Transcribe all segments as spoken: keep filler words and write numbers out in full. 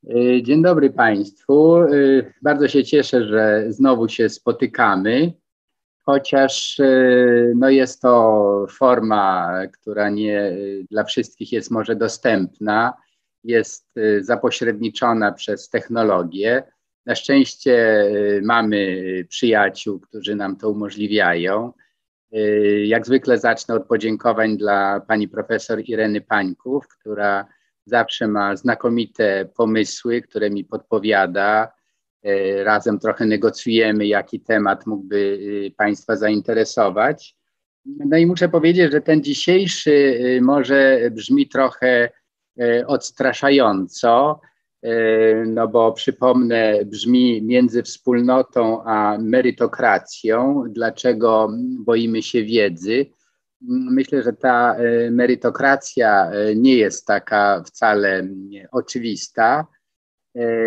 Y, Dzień dobry Państwu. Y, Bardzo się cieszę, że znowu się spotykamy, chociaż y, no jest to forma, która nie y, dla wszystkich jest może dostępna, jest y, zapośredniczona przez technologię. Na szczęście y, mamy przyjaciół, którzy nam to umożliwiają. Y, Jak zwykle zacznę od podziękowań dla pani profesor Ireny Pańków, która zawsze ma znakomite pomysły, które mi podpowiada. Y, Razem trochę negocjujemy, jaki temat mógłby y, Państwa zainteresować. No i muszę powiedzieć, że ten dzisiejszy y, może brzmi trochę y, odstraszająco, y, no bo przypomnę, brzmi między wspólnotą a merytokracją. Dlaczego boimy się wiedzy? Myślę, że ta y, merytokracja y, nie jest taka wcale y, oczywista. Y,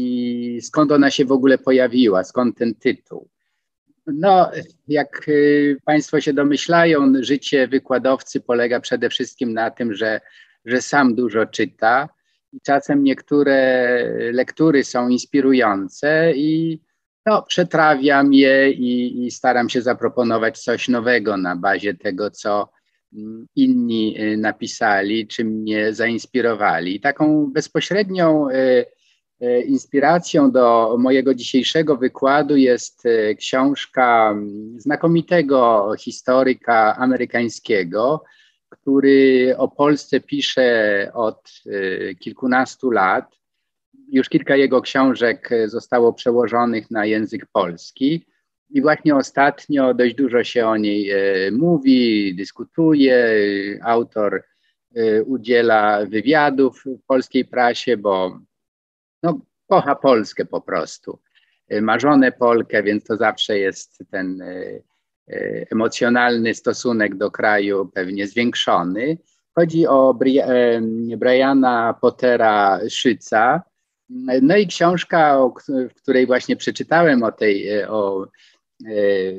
I skąd ona się w ogóle pojawiła? Skąd ten tytuł? No, jak y, Państwo się domyślają, życie wykładowcy polega przede wszystkim na tym, że, że sam dużo czyta. I czasem niektóre lektury są inspirujące i no, przetrawiam je i, i staram się zaproponować coś nowego na bazie tego, co mm, inni y, napisali, czy mnie zainspirowali. Taką bezpośrednią y, y, inspiracją do mojego dzisiejszego wykładu jest y, książka mm, znakomitego historyka amerykańskiego, który o Polsce pisze od y, kilkunastu lat. Już kilka jego książek zostało przełożonych na język polski i właśnie ostatnio dość dużo się o niej e, mówi, dyskutuje. Autor e, udziela wywiadów w polskiej prasie, bo no, kocha Polskę po prostu. E, ma żonę Polkę, więc to zawsze jest ten e, e, emocjonalny stosunek do kraju pewnie zwiększony. Chodzi o Bri e, Briana Pottera Szyca. No i książka, o, w której właśnie przeczytałem o tej o, e,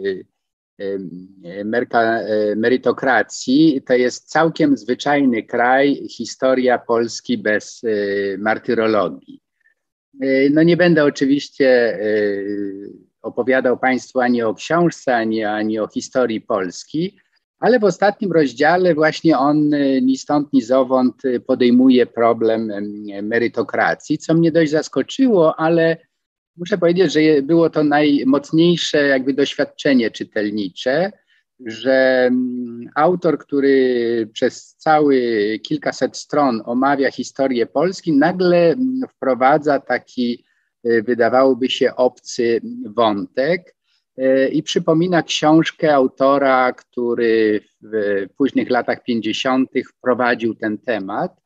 e, merka, e, merytokracji, to jest Całkiem zwyczajny kraj, historia Polski bez e, martyrologii. E, no nie będę oczywiście e, opowiadał Państwu ani o książce, ani, ani o historii Polski, ale w ostatnim rozdziale właśnie on ni stąd, ni zowąd podejmuje problem merytokracji, co mnie dość zaskoczyło, ale muszę powiedzieć, że było to najmocniejsze jakby doświadczenie czytelnicze, że autor, który przez cały kilkaset stron omawia historię Polski, nagle wprowadza taki, wydawałoby się, obcy wątek, i przypomina książkę autora, który w późnych latach pięćdziesiątych wprowadził ten temat,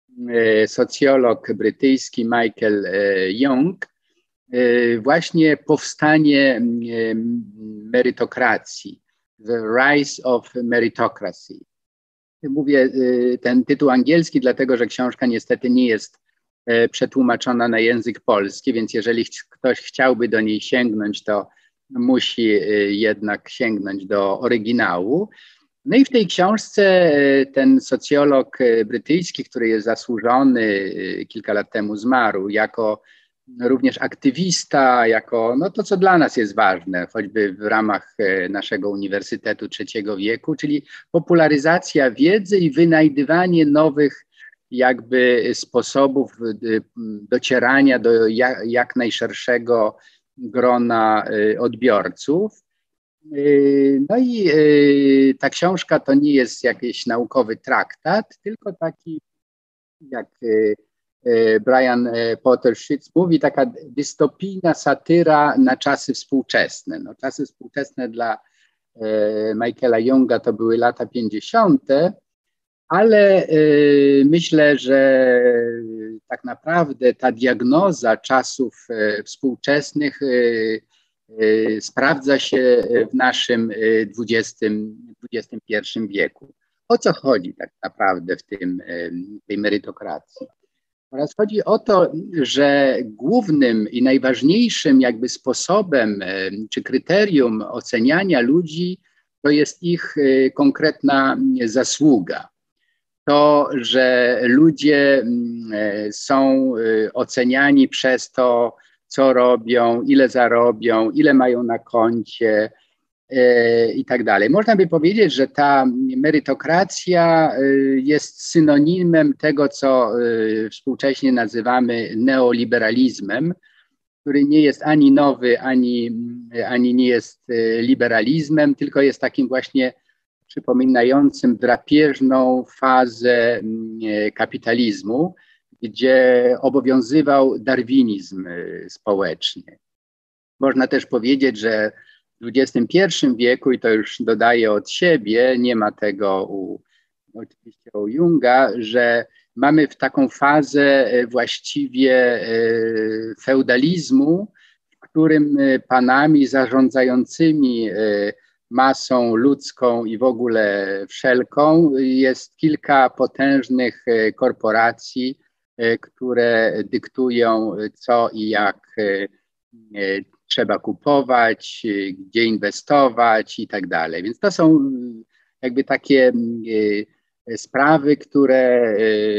socjolog brytyjski Michael Young, właśnie powstanie merytokracji, The Rise of Meritocracy. Mówię ten tytuł angielski, dlatego że książka niestety nie jest przetłumaczona na język polski, więc jeżeli ktoś chciałby do niej sięgnąć, to musi jednak sięgnąć do oryginału. No i w tej książce ten socjolog brytyjski, który jest zasłużony, kilka lat temu zmarł, jako również aktywista, jako no to, co dla nas jest ważne, choćby w ramach naszego Uniwersytetu Trzeciego Wieku, czyli popularyzacja wiedzy i wynajdywanie nowych jakby sposobów docierania do jak, jak najszerszego grona odbiorców. No i ta książka to nie jest jakiś naukowy traktat, tylko taki, jak Brian Potter Szyc mówi, taka dystopijna satyra na czasy współczesne. No, czasy współczesne dla Michaela Younga to były lata pięćdziesiąte, ale y, myślę, że tak naprawdę ta diagnoza czasów y, współczesnych y, y, sprawdza się w naszym y, dwudziestym, dwudziestym pierwszym wieku. O co chodzi tak naprawdę w tym, y, tej merytokracji? Oraz chodzi o to, że głównym i najważniejszym jakby sposobem y, czy kryterium oceniania ludzi to jest ich y, konkretna zasługa. to, że ludzie są oceniani przez to, co robią, ile zarobią, ile mają na koncie i tak dalej. Można by powiedzieć, że ta merytokracja jest synonimem tego, co współcześnie nazywamy neoliberalizmem, który nie jest ani nowy, ani, ani nie jest liberalizmem, tylko jest takim właśnie przypominającym drapieżną fazę kapitalizmu, gdzie obowiązywał darwinizm społeczny. Można też powiedzieć, że w dwudziestym pierwszym wieku, i to już dodaję od siebie, nie ma tego u, oczywiście u Junga, że mamy w taką fazę właściwie feudalizmu, w którym panami zarządzającymi masą ludzką i w ogóle wszelką jest kilka potężnych korporacji, które dyktują, co i jak trzeba kupować, gdzie inwestować i tak dalej. Więc to są jakby takie sprawy, które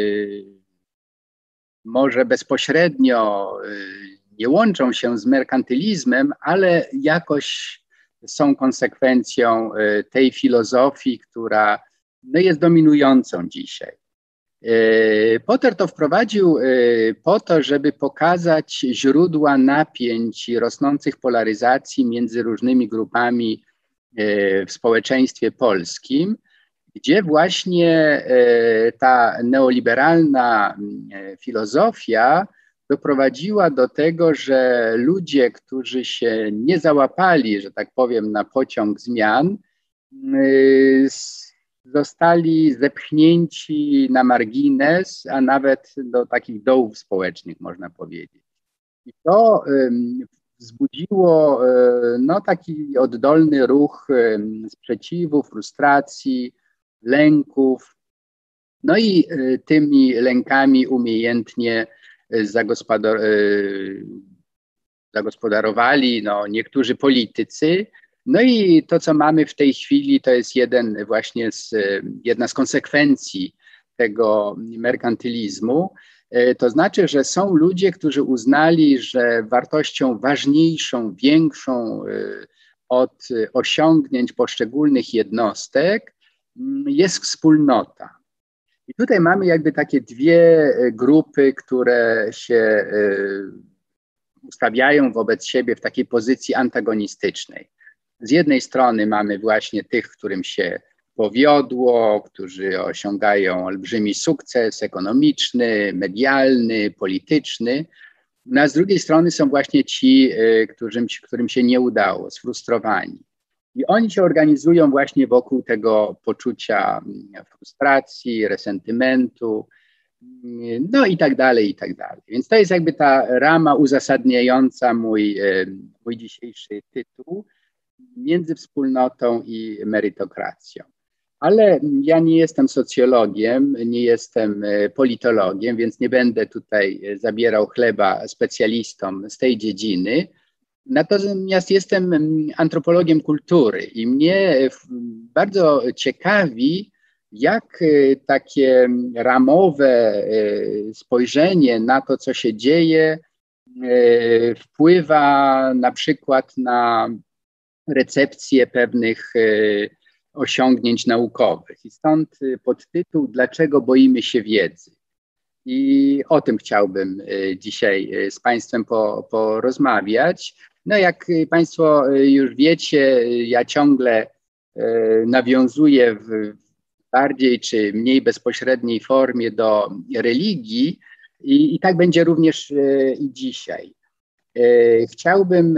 może bezpośrednio nie łączą się z merkantylizmem, ale jakoś są konsekwencją tej filozofii, która no, jest dominującą dzisiaj. Potter to wprowadził po to, żeby pokazać źródła napięć i rosnących polaryzacji między różnymi grupami w społeczeństwie polskim, gdzie właśnie ta neoliberalna filozofia doprowadziła do tego, że ludzie, którzy się nie załapali, że tak powiem, na pociąg zmian, zostali zepchnięci na margines, a nawet do takich dołów społecznych, można powiedzieć. I to wzbudziło no, taki oddolny ruch sprzeciwu, frustracji, lęków. No i tymi lękami umiejętnie zagospodar zagospodarowali no, niektórzy politycy. No i to, co mamy w tej chwili, to jest jeden właśnie z, jedna z konsekwencji tego merkantylizmu. To znaczy, że są ludzie, którzy uznali, że wartością ważniejszą, większą od osiągnięć poszczególnych jednostek jest wspólnota. I tutaj mamy jakby takie dwie grupy, które się ustawiają wobec siebie w takiej pozycji antagonistycznej. Z jednej strony mamy właśnie tych, którym się powiodło, którzy osiągają olbrzymi sukces ekonomiczny, medialny, polityczny. No a z drugiej strony są właśnie ci, którym, którym się nie udało, sfrustrowani. I oni się organizują właśnie wokół tego poczucia frustracji, resentymentu, no i tak dalej, i tak dalej. Więc to jest jakby ta rama uzasadniająca mój, mój dzisiejszy tytuł między wspólnotą i merytokracją. Ale ja nie jestem socjologiem, nie jestem politologiem, więc nie będę tutaj zabierał chleba specjalistom z tej dziedziny. Natomiast jestem antropologiem kultury i mnie bardzo ciekawi, jak takie ramowe spojrzenie na to, co się dzieje, wpływa na przykład na recepcję pewnych osiągnięć naukowych. I stąd podtytuł "Dlaczego boimy się wiedzy?". I o tym chciałbym dzisiaj z Państwem po, porozmawiać. No jak Państwo już wiecie, ja ciągle nawiązuję w bardziej czy mniej bezpośredniej formie do religii i, i tak będzie również i dzisiaj. Chciałbym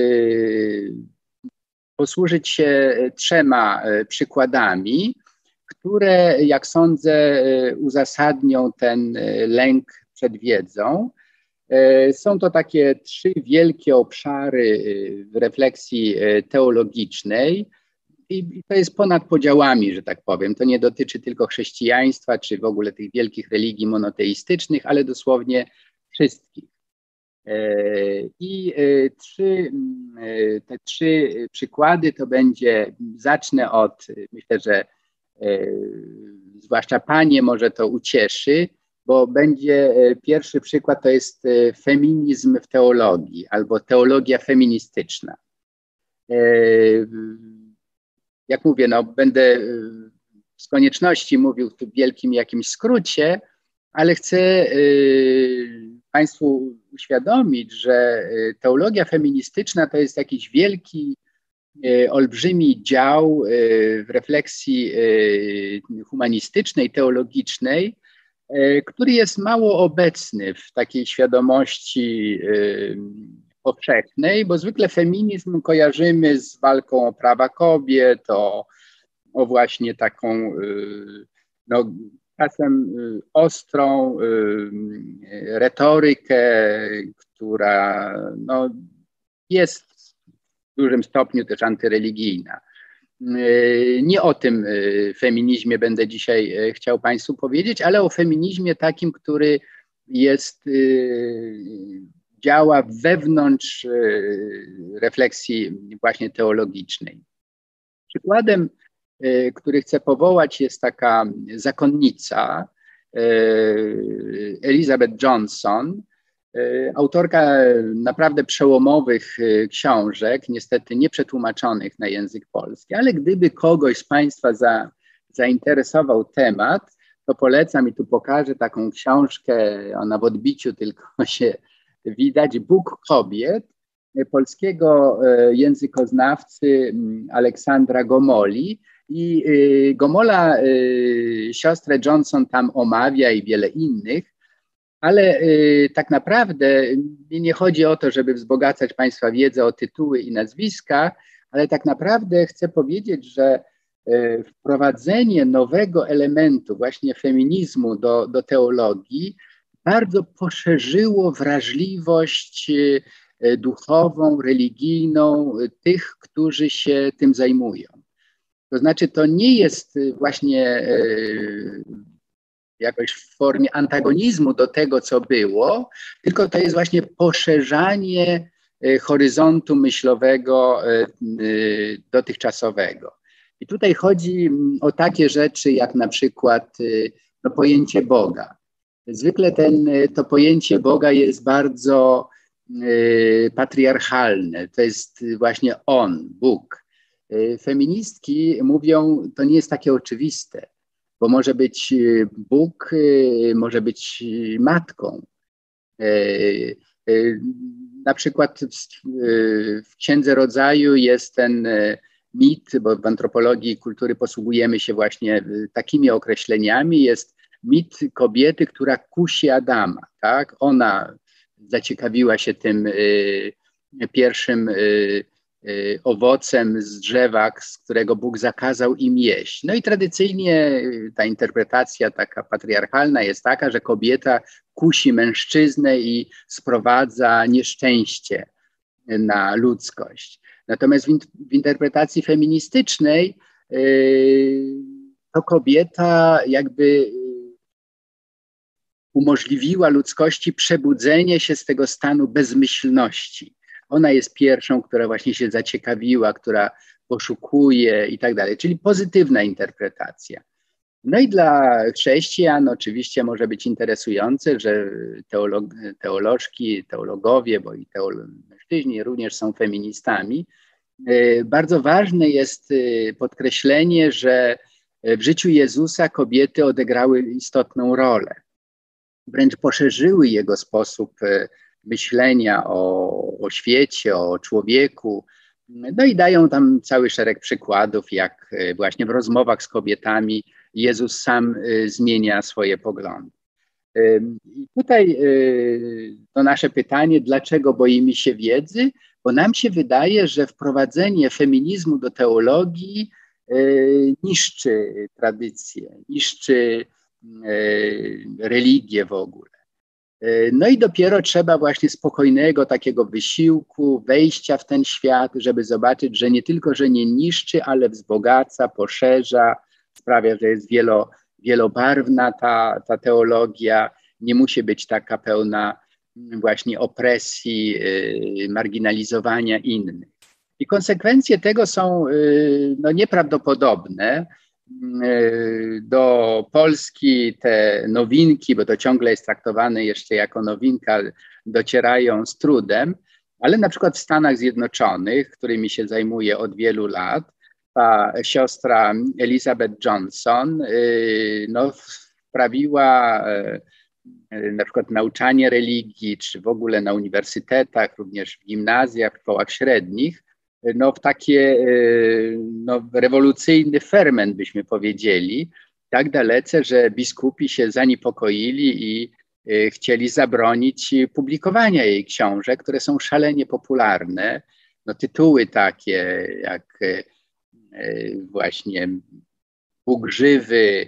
posłużyć się trzema przykładami, które, jak sądzę, uzasadnią ten lęk przed wiedzą. Są to takie trzy wielkie obszary w refleksji teologicznej i to jest ponad podziałami, że tak powiem. To nie dotyczy tylko chrześcijaństwa czy w ogóle tych wielkich religii monoteistycznych, ale dosłownie wszystkich. I trzy, te trzy przykłady to będzie, zacznę od, myślę, że zwłaszcza panie może to ucieszy, bo będzie pierwszy przykład, to jest feminizm w teologii albo teologia feministyczna. Jak mówię, no, będę z konieczności mówił tu w wielkim jakimś skrócie, ale chcę Państwu uświadomić, że teologia feministyczna to jest jakiś wielki, olbrzymi dział w refleksji humanistycznej, teologicznej, który jest mało obecny w takiej świadomości powszechnej, bo zwykle feminizm kojarzymy z walką o prawa kobiet, o, o właśnie taką no, czasem ostrą retorykę, która no, jest w dużym stopniu też antyreligijna. Nie o tym feminizmie będę dzisiaj chciał Państwu powiedzieć, ale o feminizmie takim, który jest, działa wewnątrz refleksji właśnie teologicznej. Przykładem, który chcę powołać, jest taka zakonnica Elizabeth Johnson, autorka naprawdę przełomowych książek, niestety nie przetłumaczonych na język polski, ale gdyby kogoś z Państwa za, zainteresował temat, to polecam i tu pokażę taką książkę, ona w odbiciu tylko się widać, Bóg kobiet, polskiego językoznawcy Aleksandra Gomoli. I Gomola siostrę Johnson tam omawia i wiele innych, ale y, tak naprawdę nie chodzi o to, żeby wzbogacać Państwa wiedzę o tytuły i nazwiska, ale tak naprawdę chcę powiedzieć, że y, wprowadzenie nowego elementu właśnie feminizmu do, do teologii bardzo poszerzyło wrażliwość y, duchową, religijną y, tych, którzy się tym zajmują. To znaczy, to nie jest właśnie y, jakoś w formie antagonizmu do tego, co było, tylko to jest właśnie poszerzanie horyzontu myślowego dotychczasowego. I tutaj chodzi o takie rzeczy, jak na przykład no, pojęcie Boga. Zwykle ten, to pojęcie Boga jest bardzo y, patriarchalne. To jest właśnie On, Bóg. Feministki mówią, to nie jest takie oczywiste, bo może być Bóg, może być matką. Na przykład w Księdze Rodzaju jest ten mit, bo w antropologii kultury posługujemy się właśnie takimi określeniami, jest mit kobiety, która kusi Adama. Tak? Ona zaciekawiła się tym pierwszym owocem z drzewa, z którego Bóg zakazał im jeść. No i tradycyjnie ta interpretacja taka patriarchalna jest taka, że kobieta kusi mężczyznę i sprowadza nieszczęście na ludzkość. Natomiast w, in w interpretacji feministycznej yy, to kobieta jakby umożliwiła ludzkości przebudzenie się z tego stanu bezmyślności. Ona jest pierwszą, która właśnie się zaciekawiła, która poszukuje i tak dalej, czyli pozytywna interpretacja. No i dla chrześcijan oczywiście może być interesujące, że teolog, teolożki, teologowie, bo i teolo, mężczyźni również są feministami. Bardzo ważne jest podkreślenie, że w życiu Jezusa kobiety odegrały istotną rolę. Wręcz poszerzyły jego sposób myślenia o, o świecie, o człowieku. No i dają tam cały szereg przykładów, jak właśnie w rozmowach z kobietami Jezus sam zmienia swoje poglądy. I tutaj to nasze pytanie, dlaczego boimy się wiedzy? Bo nam się wydaje, że wprowadzenie feminizmu do teologii niszczy tradycję, niszczy religię w ogóle. No i dopiero trzeba właśnie spokojnego takiego wysiłku, wejścia w ten świat, żeby zobaczyć, że nie tylko, że nie niszczy, ale wzbogaca, poszerza, sprawia, że jest wielo, wielobarwna ta, ta teologia, nie musi być taka pełna właśnie opresji, yy, marginalizowania innych. I konsekwencje tego są yy, no, nieprawdopodobne. do Polski te nowinki, bo to ciągle jest traktowane jeszcze jako nowinka, docierają z trudem, ale na przykład w Stanach Zjednoczonych, którymi się zajmuję od wielu lat, ta siostra Elizabeth Johnson no, wprawiła na przykład nauczanie religii, czy w ogóle na uniwersytetach, również w gimnazjach, w szkołach średnich, no w takie no, rewolucyjny ferment, byśmy powiedzieli, tak dalece, że biskupi się zaniepokoili i chcieli zabronić publikowania jej książek, które są szalenie popularne. No, tytuły takie jak właśnie Bóg żywy,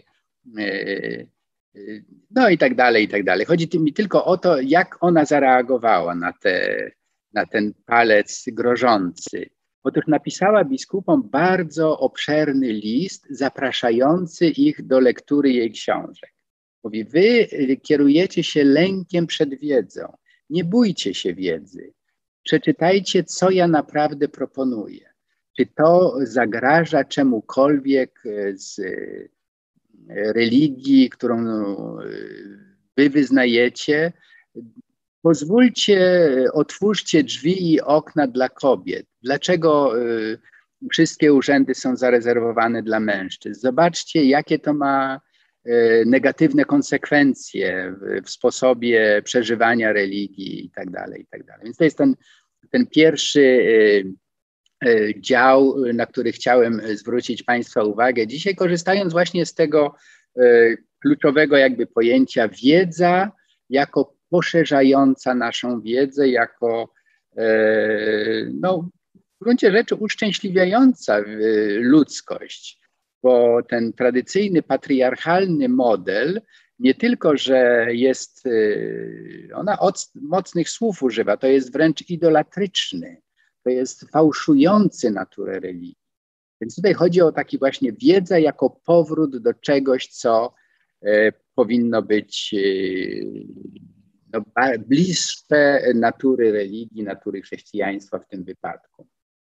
no i tak dalej, i tak dalej. Chodzi mi tylko o to, jak ona zareagowała na, te, na ten palec grożący. Otóż napisała biskupom bardzo obszerny list zapraszający ich do lektury jej książek. Mówi, wy kierujecie się lękiem przed wiedzą. Nie bójcie się wiedzy. Przeczytajcie, co ja naprawdę proponuję. Czy to zagraża czemukolwiek z religii, którą wy wyznajecie? Pozwólcie, otwórzcie drzwi i okna dla kobiet. Dlaczego y, wszystkie urzędy są zarezerwowane dla mężczyzn? Zobaczcie, jakie to ma y, negatywne konsekwencje w, w sposobie przeżywania religii i tak dalej, i tak dalej. Więc to jest ten, ten pierwszy y, y, dział, na który chciałem zwrócić Państwa uwagę. Dzisiaj korzystając właśnie z tego y, kluczowego jakby pojęcia wiedza jako poszerzająca naszą wiedzę, jako no, w gruncie rzeczy uszczęśliwiająca ludzkość, bo ten tradycyjny, patriarchalny model nie tylko, że jest, ona mocnych słów używa, to jest wręcz idolatryczny, to jest fałszujący naturę religii. Więc tutaj chodzi o taki właśnie wiedzę jako powrót do czegoś, co powinno być no, bliższe natury religii, natury chrześcijaństwa w tym wypadku.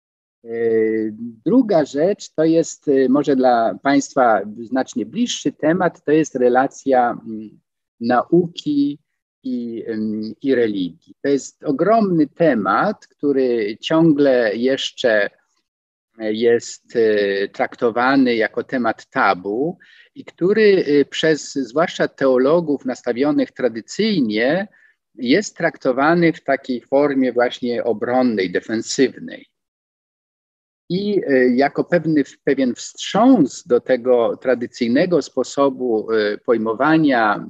Druga rzecz to jest może dla Państwa znacznie bliższy temat, to jest relacja nauki i, i religii. To jest ogromny temat, który ciągle jeszcze jest traktowany jako temat tabu i który przez zwłaszcza teologów nastawionych tradycyjnie jest traktowany w takiej formie właśnie obronnej, defensywnej. I jako pewny, pewien wstrząs do tego tradycyjnego sposobu pojmowania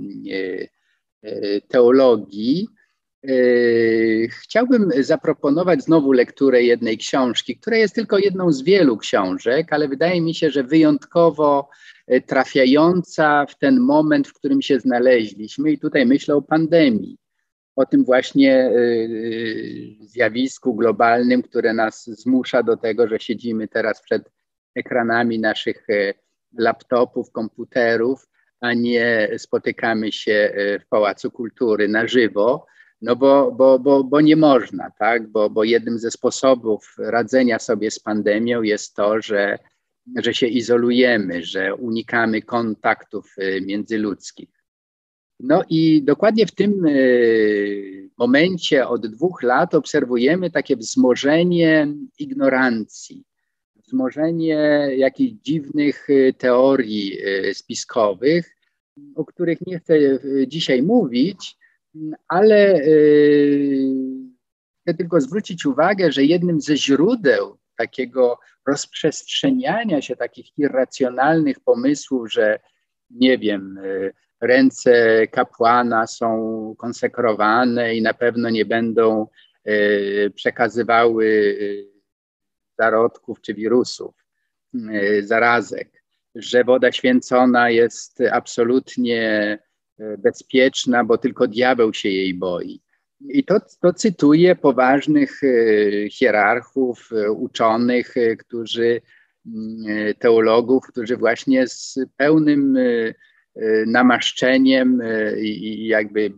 teologii, chciałbym zaproponować znowu lekturę jednej książki, która jest tylko jedną z wielu książek, ale wydaje mi się, że wyjątkowo trafiająca w ten moment, w którym się znaleźliśmy. I tutaj myślę o pandemii, o tym właśnie zjawisku globalnym, które nas zmusza do tego, że siedzimy teraz przed ekranami naszych laptopów, komputerów, a nie spotykamy się w Pałacu Kultury na żywo. No bo, bo, bo, bo nie można, tak? Bo, bo jednym ze sposobów radzenia sobie z pandemią jest to, że, że się izolujemy, że unikamy kontaktów międzyludzkich. No i dokładnie w tym momencie od dwóch lat obserwujemy takie wzmożenie ignorancji, wzmożenie jakichś dziwnych teorii spiskowych, o których nie chcę dzisiaj mówić, ale yy, chcę tylko zwrócić uwagę, że jednym ze źródeł takiego rozprzestrzeniania się takich irracjonalnych pomysłów, że nie wiem, yy, ręce kapłana są konsekrowane i na pewno nie będą yy, przekazywały yy, zarodków czy wirusów, yy, zarazek, że woda święcona jest absolutnie bezpieczna, bo tylko diabeł się jej boi. I to, to cytuję poważnych hierarchów, uczonych, którzy, teologów, którzy właśnie z pełnym namaszczeniem i jakby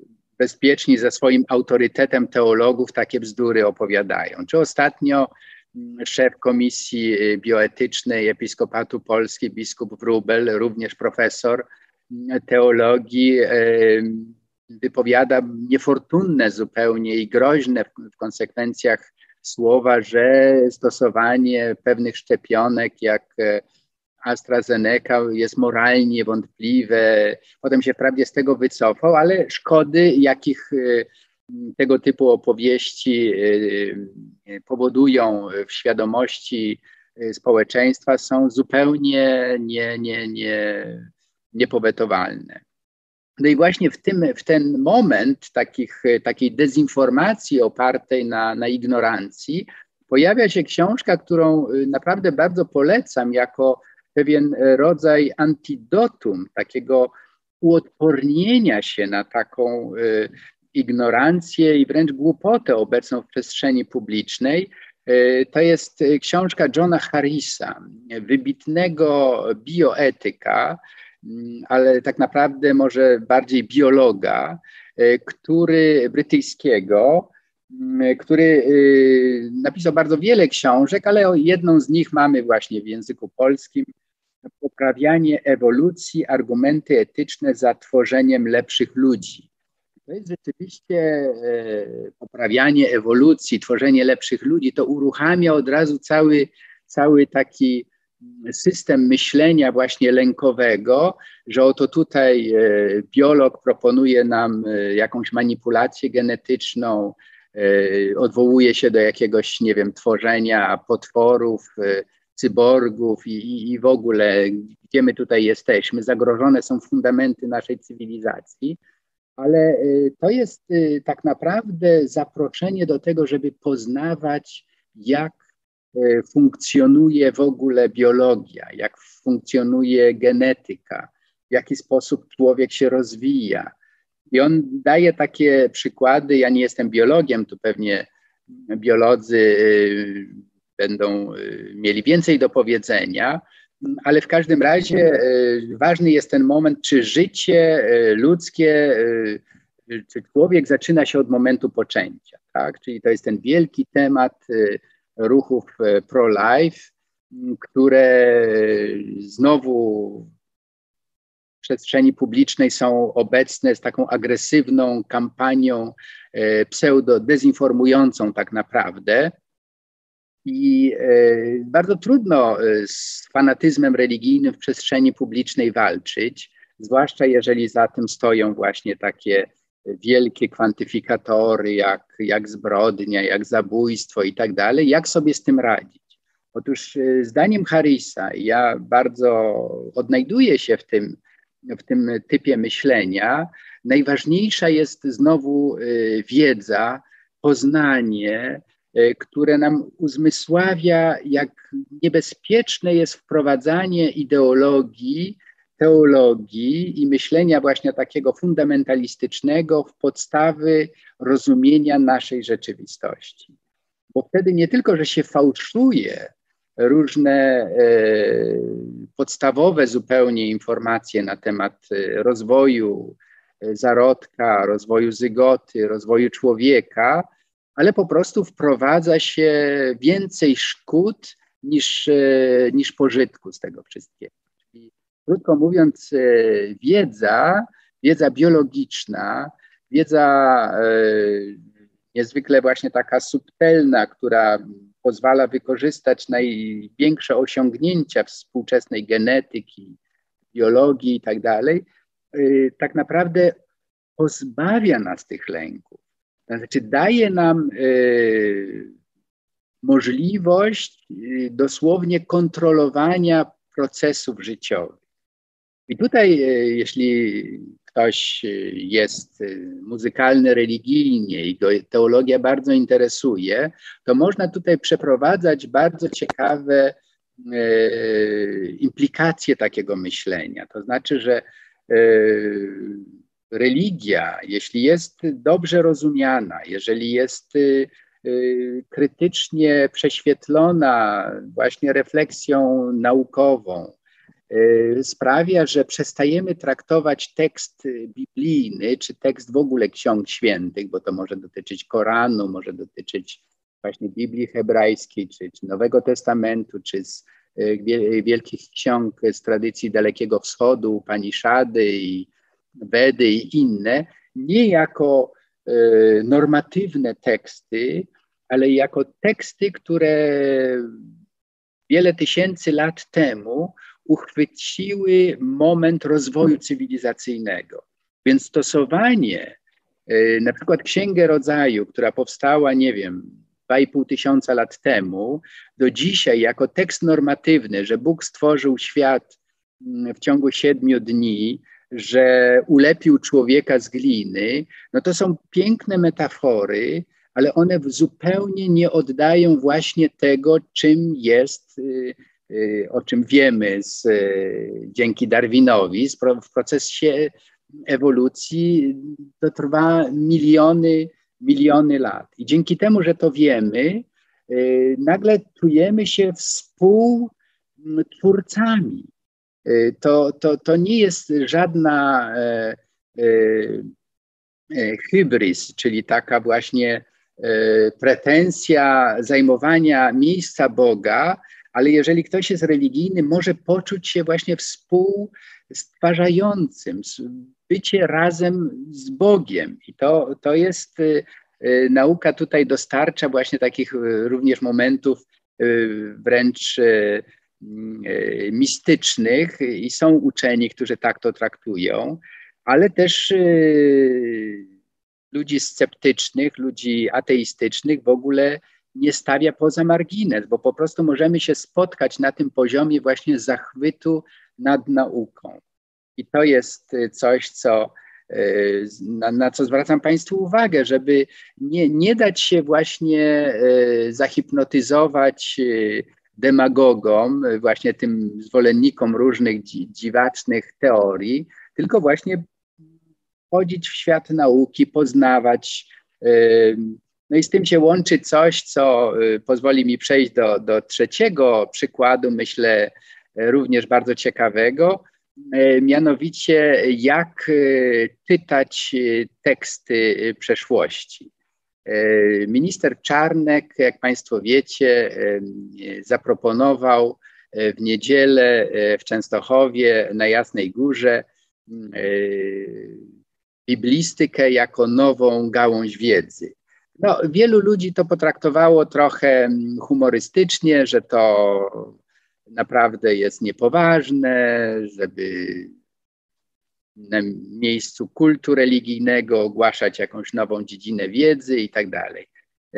bezpieczni ze swoim autorytetem teologów takie bzdury opowiadają. Czy ostatnio szef Komisji Bioetycznej Episkopatu Polski, biskup Wróbel, również profesor teologii, wypowiada niefortunne zupełnie i groźne w konsekwencjach słowa, że stosowanie pewnych szczepionek jak AstraZeneca jest moralnie wątpliwe. Potem się wprawdzie z tego wycofał, ale szkody, jakich tego typu opowieści powodują w świadomości społeczeństwa, są zupełnie nie, nie, nie, niepowetowalne. No i właśnie w, tym, w ten moment takich, takiej dezinformacji opartej na, na ignorancji pojawia się książka, którą naprawdę bardzo polecam jako pewien rodzaj antidotum, takiego uodpornienia się na taką y, ignorancję i wręcz głupotę obecną w przestrzeni publicznej. Y, to jest książka Johna Harrisa, wybitnego bioetyka, ale tak naprawdę może bardziej biologa, który brytyjskiego, który napisał bardzo wiele książek, ale jedną z nich mamy właśnie w języku polskim: Poprawianie ewolucji, argumenty etyczne za tworzeniem lepszych ludzi. To jest rzeczywiście poprawianie ewolucji, tworzenie lepszych ludzi, to uruchamia od razu cały, cały taki system myślenia właśnie lękowego, że oto tutaj biolog proponuje nam jakąś manipulację genetyczną, odwołuje się do jakiegoś, nie wiem, tworzenia potworów, cyborgów i, i w ogóle, gdzie my tutaj jesteśmy. Zagrożone są fundamenty naszej cywilizacji, ale to jest tak naprawdę zaproszenie do tego, żeby poznawać, jak funkcjonuje w ogóle biologia, jak funkcjonuje genetyka, w jaki sposób człowiek się rozwija. I on daje takie przykłady. Ja nie jestem biologiem, tu pewnie biolodzy będą mieli więcej do powiedzenia, ale w każdym razie ważny jest ten moment, czy życie ludzkie, czy człowiek zaczyna się od momentu poczęcia, tak? Czyli to jest ten wielki temat ruchów pro-life, które znowu w przestrzeni publicznej są obecne z taką agresywną kampanią pseudo-dezinformującą tak naprawdę. I bardzo trudno z fanatyzmem religijnym w przestrzeni publicznej walczyć, zwłaszcza jeżeli za tym stoją właśnie takie wielkie kwantyfikatory jak, jak zbrodnia, jak zabójstwo i tak dalej. Jak sobie z tym radzić? Otóż zdaniem Harrisa, ja bardzo odnajduję się w tym, w tym typie myślenia, najważniejsza jest znowu wiedza, poznanie, które nam uzmysławia, jak niebezpieczne jest wprowadzanie ideologii, teologii i myślenia właśnie takiego fundamentalistycznego w podstawy rozumienia naszej rzeczywistości. Bo wtedy nie tylko, że się fałszuje różne e, podstawowe zupełnie informacje na temat rozwoju zarodka, rozwoju zygoty, rozwoju człowieka, ale po prostu wprowadza się więcej szkód niż, niż pożytku z tego wszystkiego. Czyli, krótko mówiąc, wiedza, wiedza biologiczna, wiedza niezwykle właśnie taka subtelna, która pozwala wykorzystać największe osiągnięcia współczesnej genetyki, biologii i tak dalej, tak naprawdę pozbawia nas tych lęków. To znaczy daje nam y, możliwość y, dosłownie kontrolowania procesów życiowych. I tutaj, y, jeśli ktoś jest muzykalny religijnie i go teologia bardzo interesuje, to można tutaj przeprowadzać bardzo ciekawe y, implikacje takiego myślenia. To znaczy, że y, religia, jeśli jest dobrze rozumiana, jeżeli jest y, y, krytycznie prześwietlona właśnie refleksją naukową, y, sprawia, że przestajemy traktować tekst biblijny, czy tekst w ogóle ksiąg świętych, bo to może dotyczyć Koranu, może dotyczyć właśnie Biblii hebrajskiej, czy, czy Nowego Testamentu, czy z wielkich ksiąg z tradycji Dalekiego Wschodu, Upaniszady i Wedy i inne, nie jako normatywne teksty, ale jako teksty, które wiele tysięcy lat temu uchwyciły moment rozwoju cywilizacyjnego. Więc stosowanie na przykład Księgę Rodzaju, która powstała, nie wiem, dwa i pół tysiąca lat temu, do dzisiaj jako tekst normatywny, że Bóg stworzył świat w ciągu siedmiu dni, że ulepił człowieka z gliny, no to są piękne metafory, ale one zupełnie nie oddają właśnie tego, czym jest, o czym wiemy z, dzięki Darwinowi. W procesie ewolucji to trwa miliony, miliony lat. I dzięki temu, że to wiemy, nagle czujemy się współtwórcami. To, to, to nie jest żadna e, e, hybris, czyli taka właśnie e, pretensja zajmowania miejsca Boga, ale jeżeli ktoś jest religijny, może poczuć się właśnie współstwarzającym, bycie razem z Bogiem. I to, to jest, e, nauka tutaj dostarcza właśnie takich również momentów e, wręcz e, mistycznych i są uczeni, którzy tak to traktują, ale też y, ludzi sceptycznych, ludzi ateistycznych w ogóle nie stawia poza margines, bo po prostu możemy się spotkać na tym poziomie właśnie zachwytu nad nauką. I to jest coś, co, y, na, na co zwracam Państwu uwagę, żeby nie, nie dać się właśnie y, zahipnotyzować y, demagogom, właśnie tym zwolennikom różnych dzi dziwacznych teorii, tylko właśnie wchodzić w świat nauki, poznawać. No i z tym się łączy coś, co pozwoli mi przejść do, do trzeciego przykładu, myślę również bardzo ciekawego, mianowicie jak czytać teksty przeszłości. Minister Czarnek, jak Państwo wiecie, zaproponował w niedzielę w Częstochowie na Jasnej Górze biblistykę jako nową gałąź wiedzy. No, wielu ludzi to potraktowało trochę humorystycznie, że to naprawdę jest niepoważne, żeby na miejscu kultu religijnego ogłaszać jakąś nową dziedzinę wiedzy i tak dalej.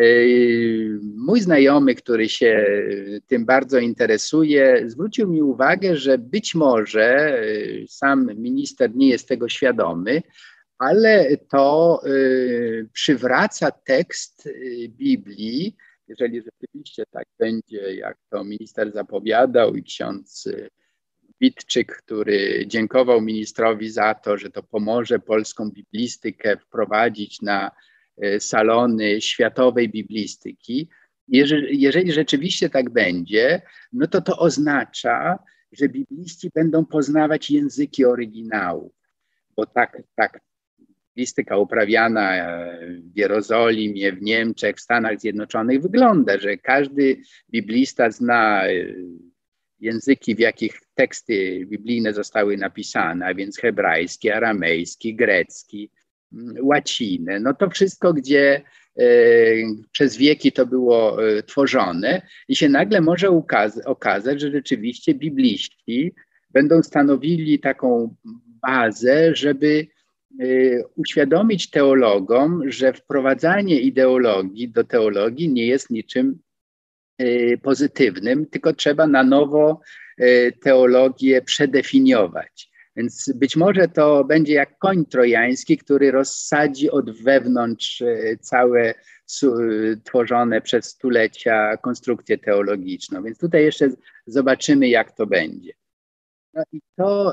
Mój znajomy, który się tym bardzo interesuje, zwrócił mi uwagę, że być może sam minister nie jest tego świadomy, ale to przywraca tekst Biblii, jeżeli rzeczywiście tak będzie, jak to minister zapowiadał i ksiądz Witczyk, który dziękował ministrowi za to, że to pomoże polską biblistykę wprowadzić na salony światowej biblistyki. Jeżeli, jeżeli rzeczywiście tak będzie, no to to oznacza, że bibliści będą poznawać języki oryginału, bo tak, tak biblistyka uprawiana w Jerozolimie, w Niemczech, w Stanach Zjednoczonych wygląda, że każdy biblista zna języki, w jakich teksty biblijne zostały napisane, a więc hebrajski, aramejski, grecki, łacinę. No to wszystko, gdzie e, przez wieki to było e, tworzone i się nagle może ukaz okazać, że rzeczywiście bibliści będą stanowili taką bazę, żeby e, uświadomić teologom, że wprowadzanie ideologii do teologii nie jest niczym pozytywnym, tylko trzeba na nowo teologię przedefiniować. Więc być może to będzie jak koń trojański, który rozsadzi od wewnątrz całe tworzone przez stulecia konstrukcję teologiczną. Więc tutaj jeszcze zobaczymy, jak to będzie. No i to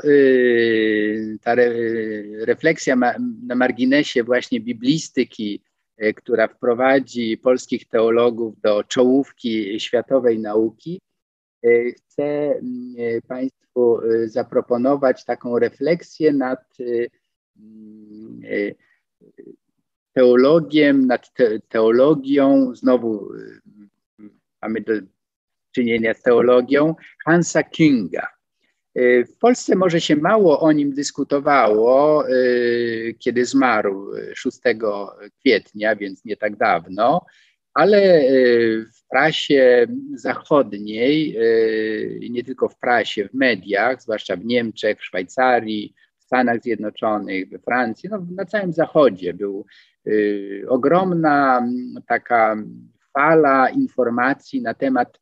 ta refleksja na marginesie właśnie biblistyki, która wprowadzi polskich teologów do czołówki światowej nauki, chcę Państwu zaproponować taką refleksję nad teologiem, nad te, teologią, znowu mamy do czynienia z teologią Hansa Kinga. W Polsce może się mało o nim dyskutowało, kiedy zmarł szóstego kwietnia, więc nie tak dawno, ale w prasie zachodniej, i nie tylko w prasie, w mediach, zwłaszcza w Niemczech, w Szwajcarii, w Stanach Zjednoczonych, we Francji, no, na całym Zachodzie był ogromna taka fala informacji na temat,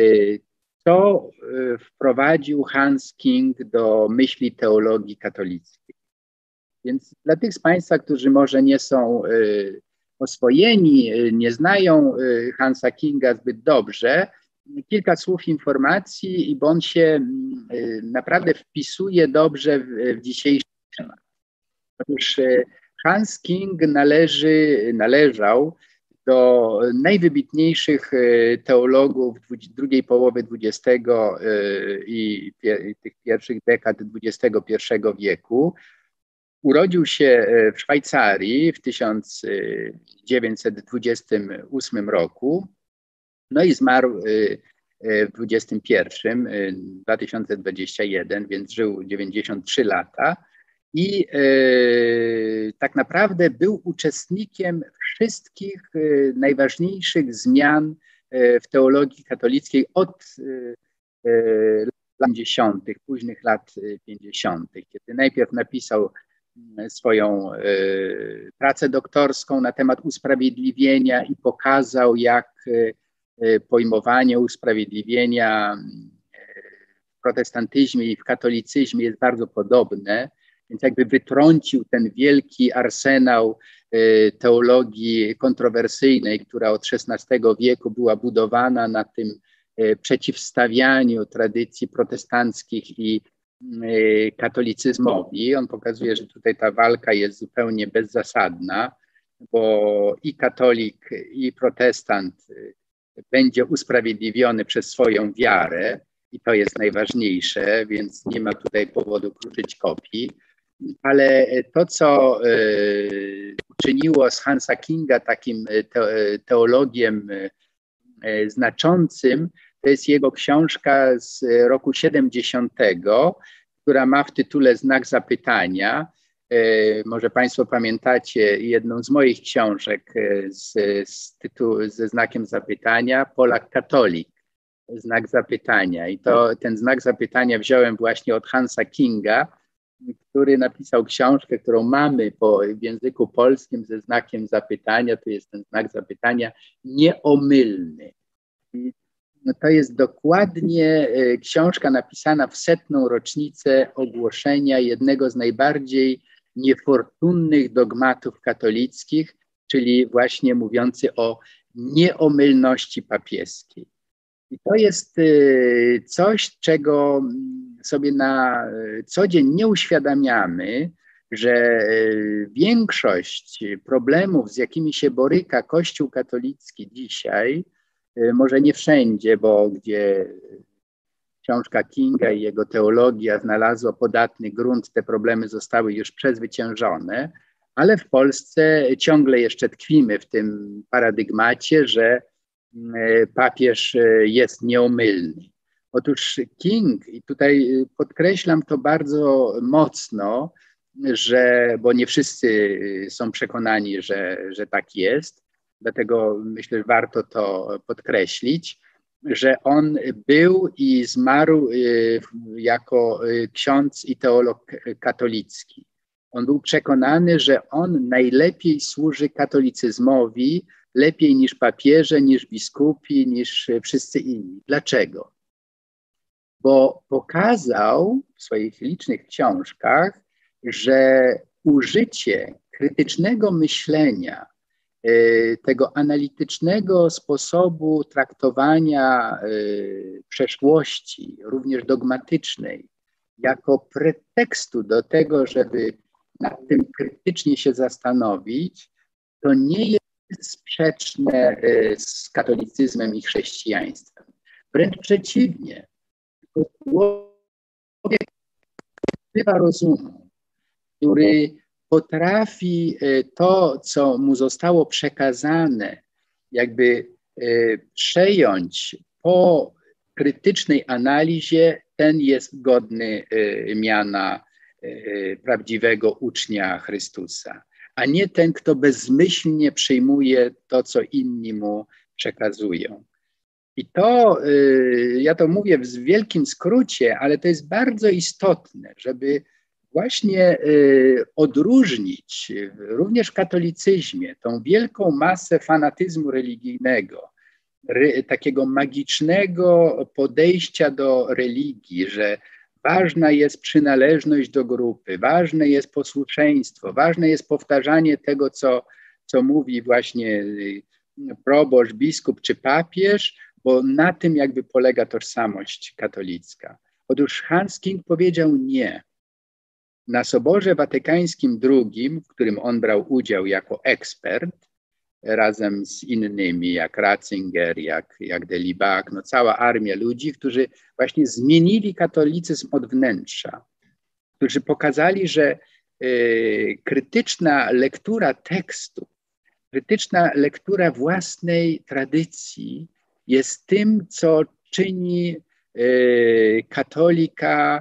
co wprowadził Hans King do myśli teologii katolickiej. Więc dla tych z Państwa, którzy może nie są oswojeni, nie znają Hansa Kinga zbyt dobrze, kilka słów informacji, bo on się naprawdę wpisuje dobrze w, w dzisiejszy temat. Otóż Hans King należy, należał do najwybitniejszych teologów drugiej połowy dwudziestego i tych pierwszych dekad dwudziestego pierwszego wieku. Urodził się w Szwajcarii w tysiąc dziewięćset dwudziestym ósmym roku, no i zmarł w dwudziestym pierwszym, dwa tysiące dwudziestym pierwszym, więc żył dziewięćdziesiąt trzy lata. I e, tak naprawdę był uczestnikiem wszystkich e, najważniejszych zmian e, w teologii katolickiej od e, lat pięćdziesiątych, późnych lat pięćdziesiątych, kiedy najpierw napisał swoją e, pracę doktorską na temat usprawiedliwienia i pokazał, jak e, pojmowanie usprawiedliwienia w protestantyzmie i w katolicyzmie jest bardzo podobne. Więc jakby wytrącił ten wielki arsenał y, teologii kontrowersyjnej, która od szesnastego wieku była budowana na tym y, przeciwstawianiu tradycji protestanckich i y, katolicyzmowi. On pokazuje, że tutaj ta walka jest zupełnie bezzasadna, bo i katolik, i protestant y, będzie usprawiedliwiony przez swoją wiarę i to jest najważniejsze, więc nie ma tutaj powodu kruszyć kopii. Ale to, co y, uczyniło z Hansa Kinga takim te, teologiem y, znaczącym, to jest jego książka z roku siedemdziesiątego, która ma w tytule Znak zapytania. Y, może Państwo pamiętacie jedną z moich książek z, z tytułu, ze znakiem zapytania, Polak Katolik, Znak zapytania. I to ten znak zapytania wziąłem właśnie od Hansa Kinga, który napisał książkę, którą mamy po, w języku polskim ze znakiem zapytania. Tu jest ten znak zapytania nieomylny. I no to jest dokładnie e, książka napisana w setną rocznicę ogłoszenia jednego z najbardziej niefortunnych dogmatów katolickich, czyli właśnie mówiący o nieomylności papieskiej. I to jest coś, czego sobie na co dzień nie uświadamiamy, że większość problemów, z jakimi się boryka Kościół katolicki dzisiaj, może nie wszędzie, bo gdzie książka Kinga i jego teologia znalazła podatny grunt, te problemy zostały już przezwyciężone, ale w Polsce ciągle jeszcze tkwimy w tym paradygmacie, że papież jest nieomylny. Otóż King, i tutaj podkreślam to bardzo mocno, że, bo nie wszyscy są przekonani, że, że tak jest, dlatego myślę, że warto to podkreślić, że on był i zmarł jako ksiądz i teolog katolicki. On był przekonany, że on najlepiej służy katolicyzmowi, lepiej niż papieże, niż biskupi, niż wszyscy inni. Dlaczego? Bo pokazał w swoich licznych książkach, że użycie krytycznego myślenia, tego analitycznego sposobu traktowania przeszłości, również dogmatycznej, jako pretekstu do tego, żeby nad tym krytycznie się zastanowić, to nie jest sprzeczne z katolicyzmem i chrześcijaństwem. Wręcz przeciwnie. Człowiek nabywa rozumu, który potrafi to, co mu zostało przekazane, jakby przejąć po krytycznej analizie, ten jest godny miana prawdziwego ucznia Chrystusa, a nie ten, kto bezmyślnie przyjmuje to, co inni mu przekazują. I to, ja to mówię w wielkim skrócie, ale to jest bardzo istotne, żeby właśnie odróżnić również w katolicyzmie tą wielką masę fanatyzmu religijnego, takiego magicznego podejścia do religii, że ważna jest przynależność do grupy, ważne jest posłuszeństwo, ważne jest powtarzanie tego, co, co mówi właśnie proboszcz, biskup czy papież, bo na tym jakby polega tożsamość katolicka. Otóż Hans King powiedział nie. Na Soborze Watykańskim drugim, w którym on brał udział jako ekspert, razem z innymi, jak Ratzinger, jak, jak Delibac, no cała armia ludzi, którzy właśnie zmienili katolicyzm od wnętrza, którzy pokazali, że y, krytyczna lektura tekstu, krytyczna lektura własnej tradycji jest tym, co czyni y, katolika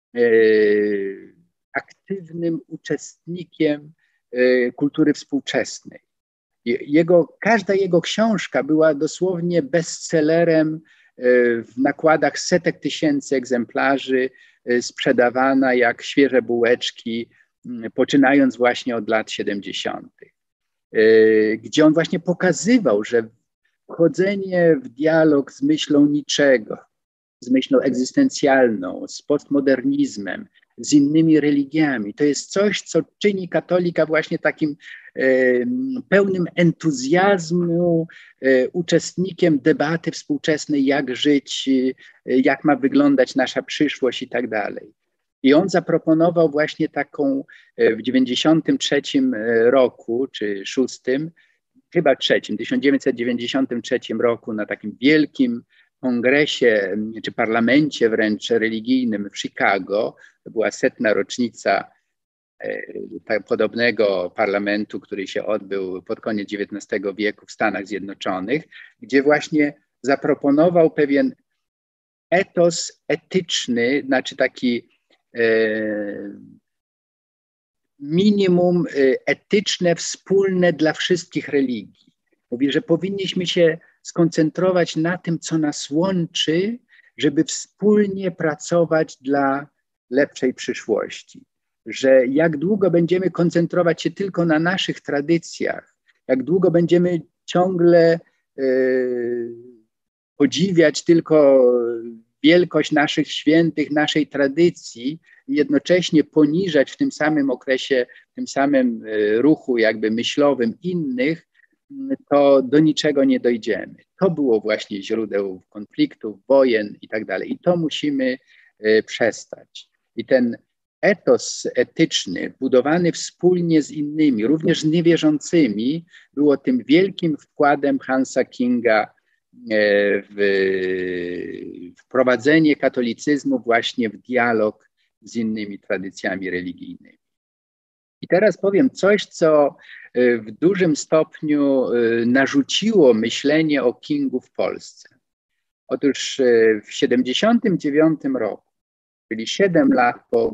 y, aktywnym uczestnikiem y, kultury współczesnej. Jego, każda jego książka była dosłownie bestsellerem w nakładach setek tysięcy egzemplarzy, sprzedawana jak świeże bułeczki, poczynając właśnie od lat siedemdziesiątych, gdzie on właśnie pokazywał, że wchodzenie w dialog z myślą Niczego, z myślą egzystencjalną, z postmodernizmem, z innymi religiami. To jest coś, co czyni katolika właśnie takim e, pełnym entuzjazmu, e, uczestnikiem debaty współczesnej, jak żyć, e, jak ma wyglądać nasza przyszłość i tak dalej. I on zaproponował właśnie taką e, w dziewięćdziesiątym trzecim roku, czy szóstym, chyba trzecim, tysiąc dziewięćset dziewięćdziesiątym trzecim roku na takim wielkim kongresie, czy parlamencie wręcz religijnym w Chicago, to była setna rocznica e, tak, podobnego parlamentu, który się odbył pod koniec dziewiętnastego wieku w Stanach Zjednoczonych, gdzie właśnie zaproponował pewien etos etyczny, znaczy taki e, minimum etyczne, wspólne dla wszystkich religii. Mówi, że powinniśmy się skoncentrować na tym, co nas łączy, żeby wspólnie pracować dla lepszej przyszłości. Że jak długo będziemy koncentrować się tylko na naszych tradycjach, jak długo będziemy ciągle y, podziwiać tylko wielkość naszych świętych, naszej tradycji i jednocześnie poniżać w tym samym okresie, w tym samym y, ruchu jakby myślowym innych, to do niczego nie dojdziemy. To było właśnie źródeł konfliktów, wojen i tak dalej. I to musimy y, przestać. I ten etos etyczny, budowany wspólnie z innymi, również z niewierzącymi, było tym wielkim wkładem Hansa Kinga w wprowadzenie katolicyzmu właśnie w dialog z innymi tradycjami religijnymi. I teraz powiem coś, co w dużym stopniu narzuciło myślenie o Kingu w Polsce. Otóż w siedemdziesiątym dziewiątym roku, czyli siedem lat po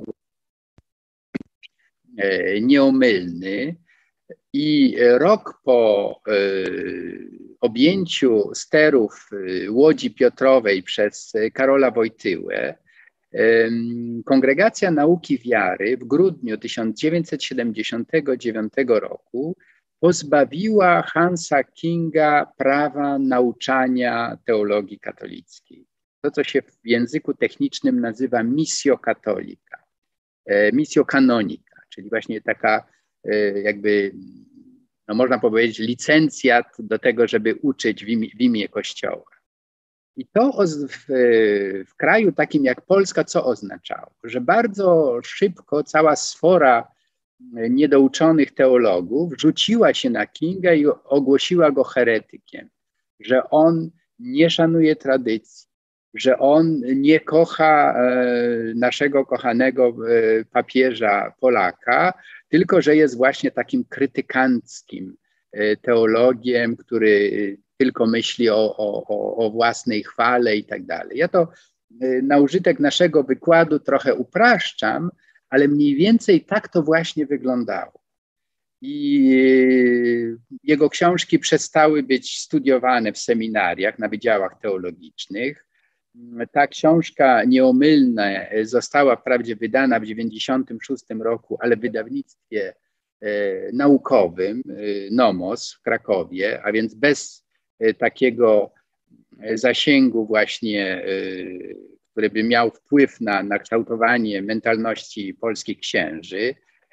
nieomylny i rok po objęciu sterów Łodzi Piotrowej przez Karola Wojtyłę, Kongregacja Nauki Wiary w grudniu tysiąc dziewięćset siedemdziesiątego dziewiątego roku pozbawiła Hansa Kinga prawa nauczania teologii katolickiej. To, co się w języku technicznym nazywa missio catholica, missio canonica, czyli właśnie taka jakby, no można powiedzieć, licencjat do tego, żeby uczyć w imię, w imię Kościoła. I to w, w kraju takim jak Polska co oznaczało? Że bardzo szybko cała sfora niedouczonych teologów rzuciła się na Kinga i ogłosiła go heretykiem, że on nie szanuje tradycji, że on nie kocha naszego kochanego papieża Polaka, tylko że jest właśnie takim krytykanckim teologiem, który tylko myśli o, o, o własnej chwale i tak dalej. Ja to na użytek naszego wykładu trochę upraszczam, ale mniej więcej tak to właśnie wyglądało. I jego książki przestały być studiowane w seminariach na wydziałach teologicznych. Ta książka Nieomylna została wprawdzie wydana w dziewięćdziesiątym szóstym roku, ale w wydawnictwie naukowym Nomos w Krakowie, a więc bez takiego zasięgu właśnie, który by miał wpływ na, na kształtowanie mentalności polskich księży.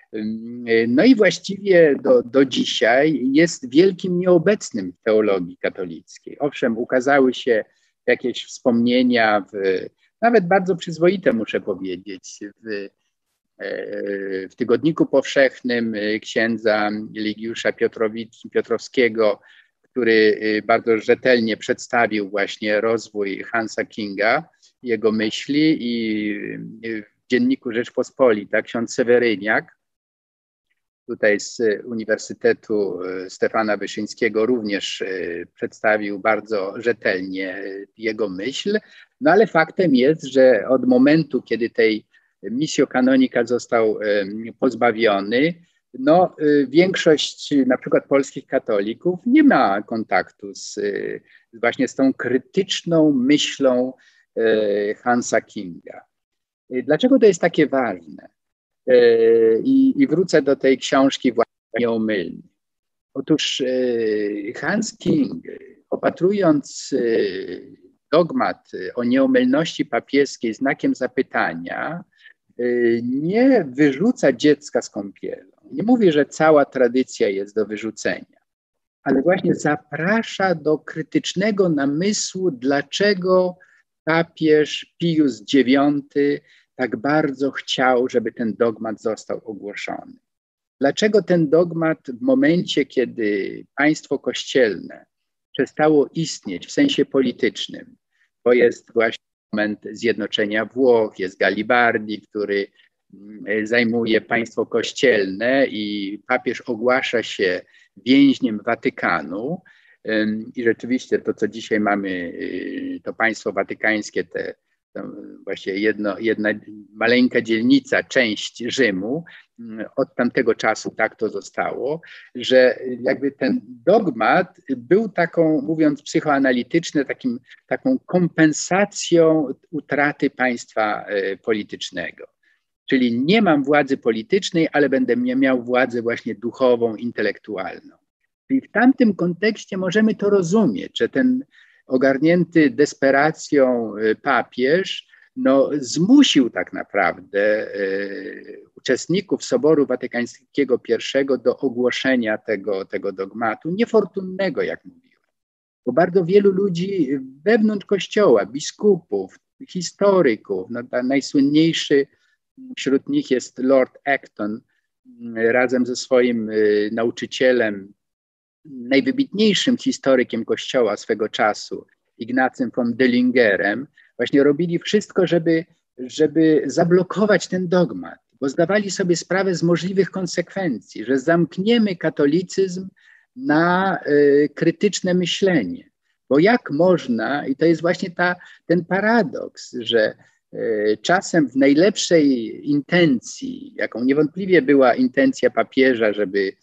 No i właściwie do, do dzisiaj jest wielkim nieobecnym w teologii katolickiej. Owszem, ukazały się jakieś wspomnienia, w, nawet bardzo przyzwoite muszę powiedzieć, w, w Tygodniku Powszechnym księdza Eligiusza Piotrowskiego, który bardzo rzetelnie przedstawił właśnie rozwój Hansa Kinga, jego myśli, i w Dzienniku Rzeczpospolita ksiądz Seweryniak, tutaj z Uniwersytetu Stefana Wyszyńskiego, również przedstawił bardzo rzetelnie jego myśl. No ale faktem jest, że od momentu, kiedy tej missio canonica został pozbawiony, no większość na przykład polskich katolików nie ma kontaktu z, właśnie z tą krytyczną myślą Hansa Kinga. Dlaczego to jest takie ważne? I, i wrócę do tej książki właśnie Nieomylnej. Otóż Hans King, opatrując dogmat o nieomylności papieskiej znakiem zapytania, nie wyrzuca dziecka z kąpielą. Nie mówi, że cała tradycja jest do wyrzucenia, ale właśnie zaprasza do krytycznego namysłu, dlaczego papież Pius dziewiąty tak bardzo chciał, żeby ten dogmat został ogłoszony. Dlaczego ten dogmat w momencie, kiedy państwo kościelne przestało istnieć w sensie politycznym, bo jest właśnie moment zjednoczenia Włoch, jest Galibardi, który zajmuje państwo kościelne i papież ogłasza się więźniem Watykanu i rzeczywiście to, co dzisiaj mamy, to państwo watykańskie, te właśnie jedno, jedna maleńka dzielnica, część Rzymu, od tamtego czasu tak to zostało, że jakby ten dogmat był taką, mówiąc psychoanalitycznie, takim, taką kompensacją utraty państwa politycznego. Czyli nie mam władzy politycznej, ale będę miał władzę właśnie duchową, intelektualną. I w tamtym kontekście możemy to rozumieć, że ten ogarnięty desperacją papież no, zmusił tak naprawdę y, uczestników Soboru Watykańskiego I do ogłoszenia tego, tego dogmatu, niefortunnego, jak mówiłem. Bo bardzo wielu ludzi wewnątrz Kościoła, biskupów, historyków, no, najsłynniejszy wśród nich jest Lord Acton, razem ze swoim y, nauczycielem, najwybitniejszym historykiem Kościoła swego czasu, Ignacym von Dellingerem, właśnie robili wszystko, żeby, żeby zablokować ten dogmat, bo zdawali sobie sprawę z możliwych konsekwencji, że zamkniemy katolicyzm na y, krytyczne myślenie. Bo jak można, i to jest właśnie ta, ten paradoks, że y, czasem w najlepszej intencji, jaką niewątpliwie była intencja papieża, żeby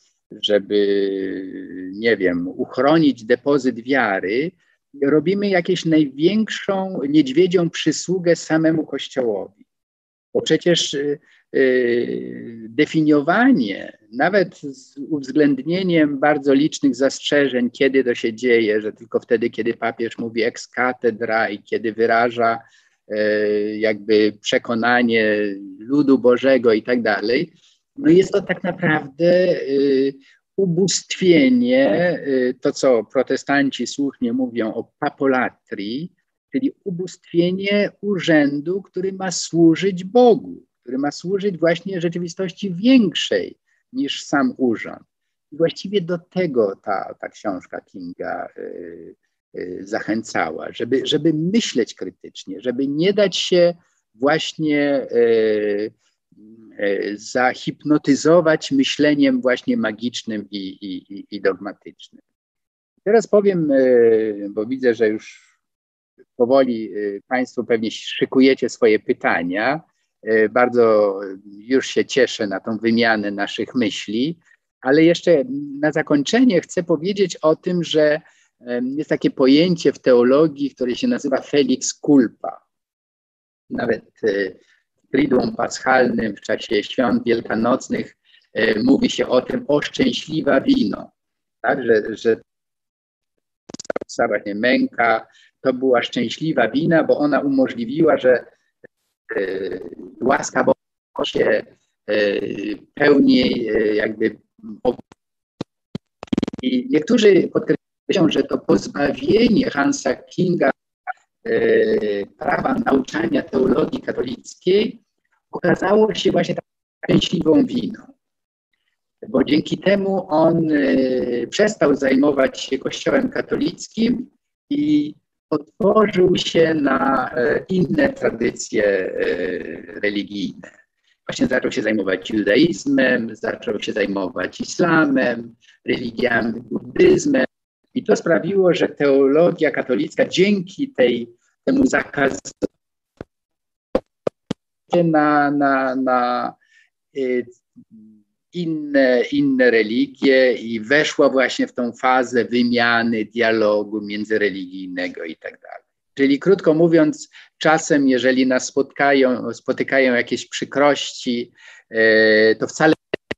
żeby, nie wiem, uchronić depozyt wiary, robimy jakąś największą niedźwiedzią przysługę samemu Kościołowi. Bo przecież y, y, definiowanie, nawet z uwzględnieniem bardzo licznych zastrzeżeń, kiedy to się dzieje, że tylko wtedy, kiedy papież mówi ex cathedra i kiedy wyraża y, jakby przekonanie ludu Bożego i tak dalej, no jest to tak naprawdę y, ubóstwienie, y, to co protestanci słusznie mówią o papolatrii, czyli ubóstwienie urzędu, który ma służyć Bogu, który ma służyć właśnie rzeczywistości większej niż sam urząd. I właściwie do tego ta, ta książka Kinga y, zachęcała, żeby, żeby myśleć krytycznie, żeby nie dać się właśnie zahipnotyzować myśleniem właśnie magicznym i, i, i dogmatycznym. Teraz powiem, bo widzę, że już powoli Państwo pewnie szykujecie swoje pytania. Bardzo już się cieszę na tą wymianę naszych myśli, ale jeszcze na zakończenie chcę powiedzieć o tym, że jest takie pojęcie w teologii, które się nazywa felix culpa. Nawet w Triduum Paschalnym w czasie świąt wielkanocnych mówi się o tym, o szczęśliwa wino, tak? że, że ta właśnie męka to była szczęśliwa wina, bo ona umożliwiła, że y, łaska Boga się y, pełniej y, jakby. I niektórzy podkreślają, że to pozbawienie Hansa Kinga y, prawa nauczania teologii katolickiej okazało się właśnie taką szczęśliwą winą. Bo dzięki temu on y, przestał zajmować się Kościołem katolickim i otworzył się na y, inne tradycje y, religijne. Właśnie zaczął się zajmować judaizmem, zaczął się zajmować islamem, religiami, buddyzmem. I to sprawiło, że teologia katolicka dzięki tej, temu zakazowi na, na, na y, Inne, inne religie i weszła właśnie w tą fazę wymiany, dialogu międzyreligijnego i tak dalej. Czyli krótko mówiąc, czasem jeżeli nas spotkają, spotykają jakieś przykrości, to wcale,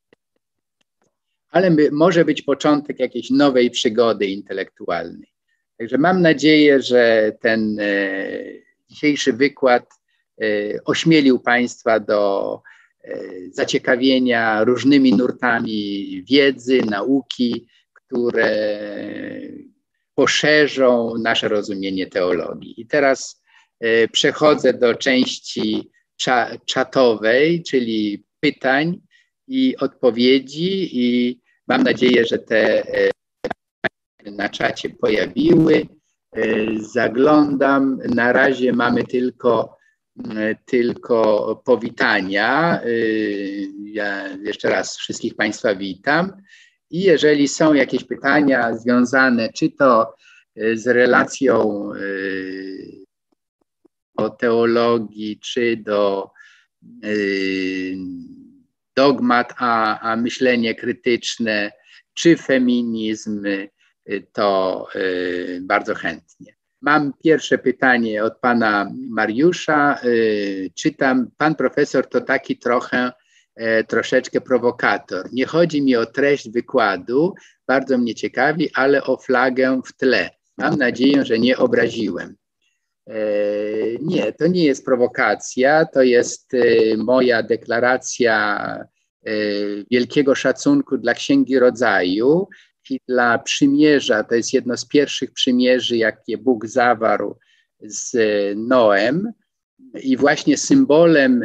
ale może być początek jakiejś nowej przygody intelektualnej. Także mam nadzieję, że ten dzisiejszy wykład ośmielił Państwa do zaciekawienia różnymi nurtami wiedzy, nauki, które poszerzą nasze rozumienie teologii. I teraz przechodzę do części cza czatowej, czyli pytań i odpowiedzi i mam nadzieję, że te na czacie pojawiły. Zaglądam, na razie mamy tylko tylko powitania. Ja jeszcze raz wszystkich Państwa witam i jeżeli są jakieś pytania związane czy to z relacją o teologii, czy do dogmat, a, a myślenie krytyczne, czy feminizm, to bardzo chętnie. Mam pierwsze pytanie od pana Mariusza. Czytam, pan profesor to taki trochę, troszeczkę prowokator. Nie chodzi mi o treść wykładu, bardzo mnie ciekawi, ale o flagę w tle. Mam nadzieję, że nie obraziłem. Nie, to nie jest prowokacja, to jest moja deklaracja wielkiego szacunku dla Księgi Rodzaju i dla przymierza. To jest jedno z pierwszych przymierzy, jakie Bóg zawarł z Noem i właśnie symbolem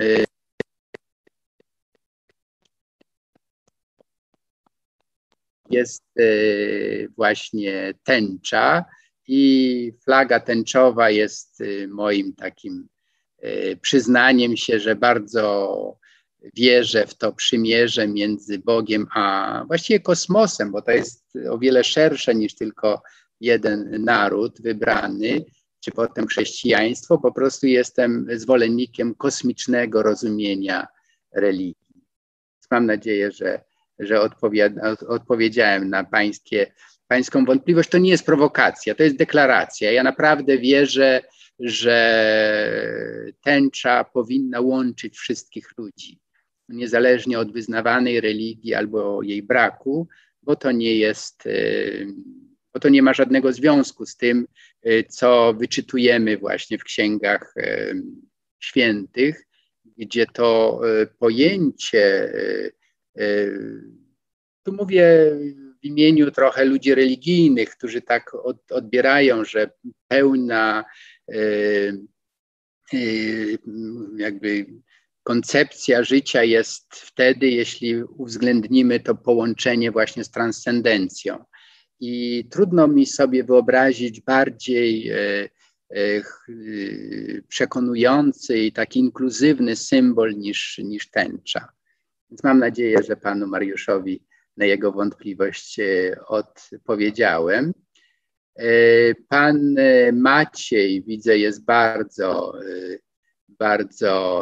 jest właśnie tęcza i flaga tęczowa jest moim takim przyznaniem się, że bardzo wierzę w to przymierze między Bogiem a właściwie kosmosem, bo to jest o wiele szersze niż tylko jeden naród wybrany, czy potem chrześcijaństwo. Po prostu jestem zwolennikiem kosmicznego rozumienia religii. Mam nadzieję, że, że odpowiedziałem na pańskie, pańską wątpliwość. To nie jest prowokacja, to jest deklaracja. Ja naprawdę wierzę, że tęcza powinna łączyć wszystkich ludzi, niezależnie od wyznawanej religii albo jej braku, bo to nie jest, bo to nie ma żadnego związku z tym, co wyczytujemy właśnie w księgach świętych, gdzie to pojęcie, tu mówię w imieniu trochę ludzi religijnych, którzy tak od, odbierają, że pełna jakby koncepcja życia jest wtedy, jeśli uwzględnimy to połączenie właśnie z transcendencją. I trudno mi sobie wyobrazić bardziej przekonujący i taki inkluzywny symbol niż, niż tęcza. Więc mam nadzieję, że panu Mariuszowi na jego wątpliwość odpowiedziałem. Pan Maciej, widzę, jest bardzo, bardzo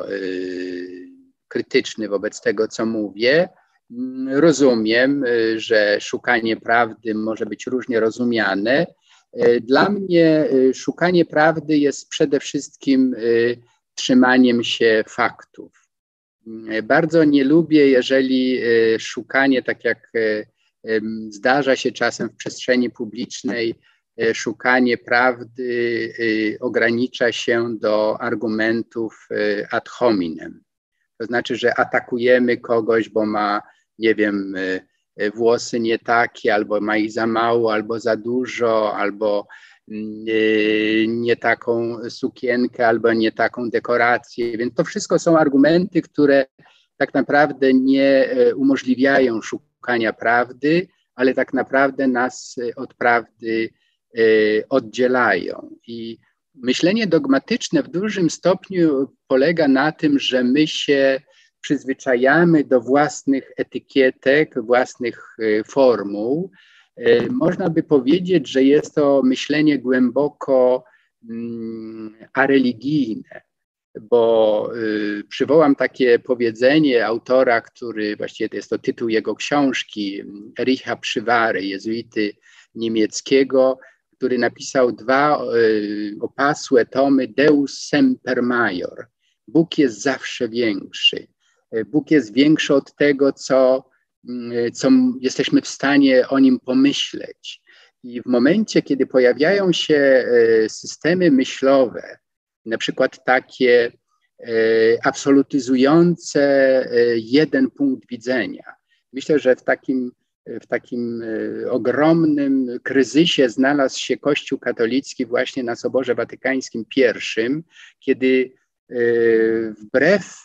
krytyczny wobec tego, co mówię. Rozumiem, że szukanie prawdy może być różnie rozumiane. Dla mnie szukanie prawdy jest przede wszystkim trzymaniem się faktów. Bardzo nie lubię, jeżeli szukanie, tak jak zdarza się czasem w przestrzeni publicznej, szukanie prawdy ogranicza się do argumentów ad hominem. To znaczy, że atakujemy kogoś, bo ma, nie wiem, włosy nie takie, albo ma ich za mało, albo za dużo, albo nie taką sukienkę, albo nie taką dekorację. Więc to wszystko są argumenty, które tak naprawdę nie umożliwiają szukania prawdy, ale tak naprawdę nas od prawdy oddzielają. I myślenie dogmatyczne w dużym stopniu polega na tym, że my się przyzwyczajamy do własnych etykietek, własnych formuł. Można by powiedzieć, że jest to myślenie głęboko mm, areligijne, bo y, przywołam takie powiedzenie autora, który właściwie to jest to tytuł jego książki, Ericha Przywary, jezuity niemieckiego, który napisał dwa y, opasłe tomy Deus Semper Maior. Bóg jest zawsze większy. Bóg jest większy od tego, co, y, co jesteśmy w stanie o nim pomyśleć. I w momencie, kiedy pojawiają się y, systemy myślowe, na przykład takie y, absolutyzujące y, jeden punkt widzenia, myślę, że w takim w takim ogromnym kryzysie znalazł się Kościół katolicki właśnie na Soborze Watykańskim pierwszym, kiedy wbrew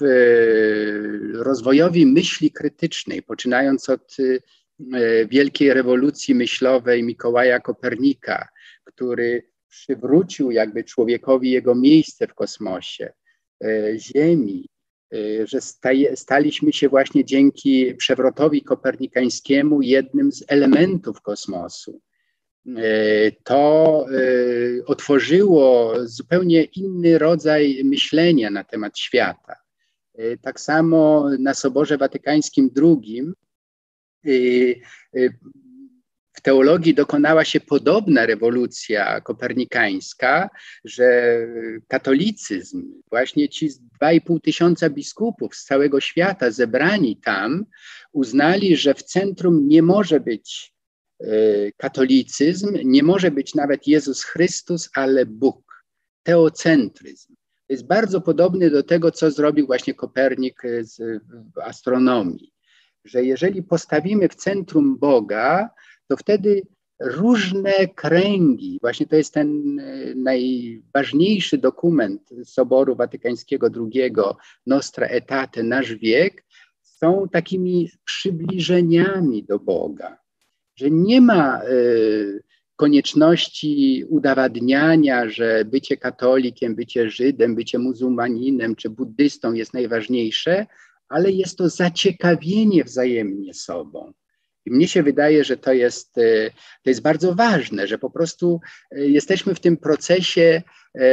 rozwojowi myśli krytycznej, poczynając od wielkiej rewolucji myślowej Mikołaja Kopernika, który przywrócił jakby człowiekowi jego miejsce w kosmosie, Ziemi, że staje, staliśmy się właśnie dzięki przewrotowi kopernikańskiemu jednym z elementów kosmosu. To otworzyło zupełnie inny rodzaj myślenia na temat świata. Tak samo na Soborze Watykańskim drugim w teologii dokonała się podobna rewolucja kopernikańska, że katolicyzm, właśnie ci dwa i pół tysiąca biskupów z całego świata zebrani tam, uznali, że w centrum nie może być katolicyzm, nie może być nawet Jezus Chrystus, ale Bóg, teocentryzm. To jest bardzo podobny do tego, co zrobił właśnie Kopernik z astronomii, że jeżeli postawimy w centrum Boga, to wtedy różne kręgi, właśnie to jest ten najważniejszy dokument Soboru Watykańskiego drugiego, Nostra Aetate, nasz wiek, są takimi przybliżeniami do Boga, że nie ma y, konieczności udowadniania, że bycie katolikiem, bycie Żydem, bycie muzułmaninem czy buddystą jest najważniejsze, ale jest to zaciekawienie wzajemnie sobą. I mnie się wydaje, że to jest, to jest bardzo ważne, że po prostu jesteśmy w tym procesie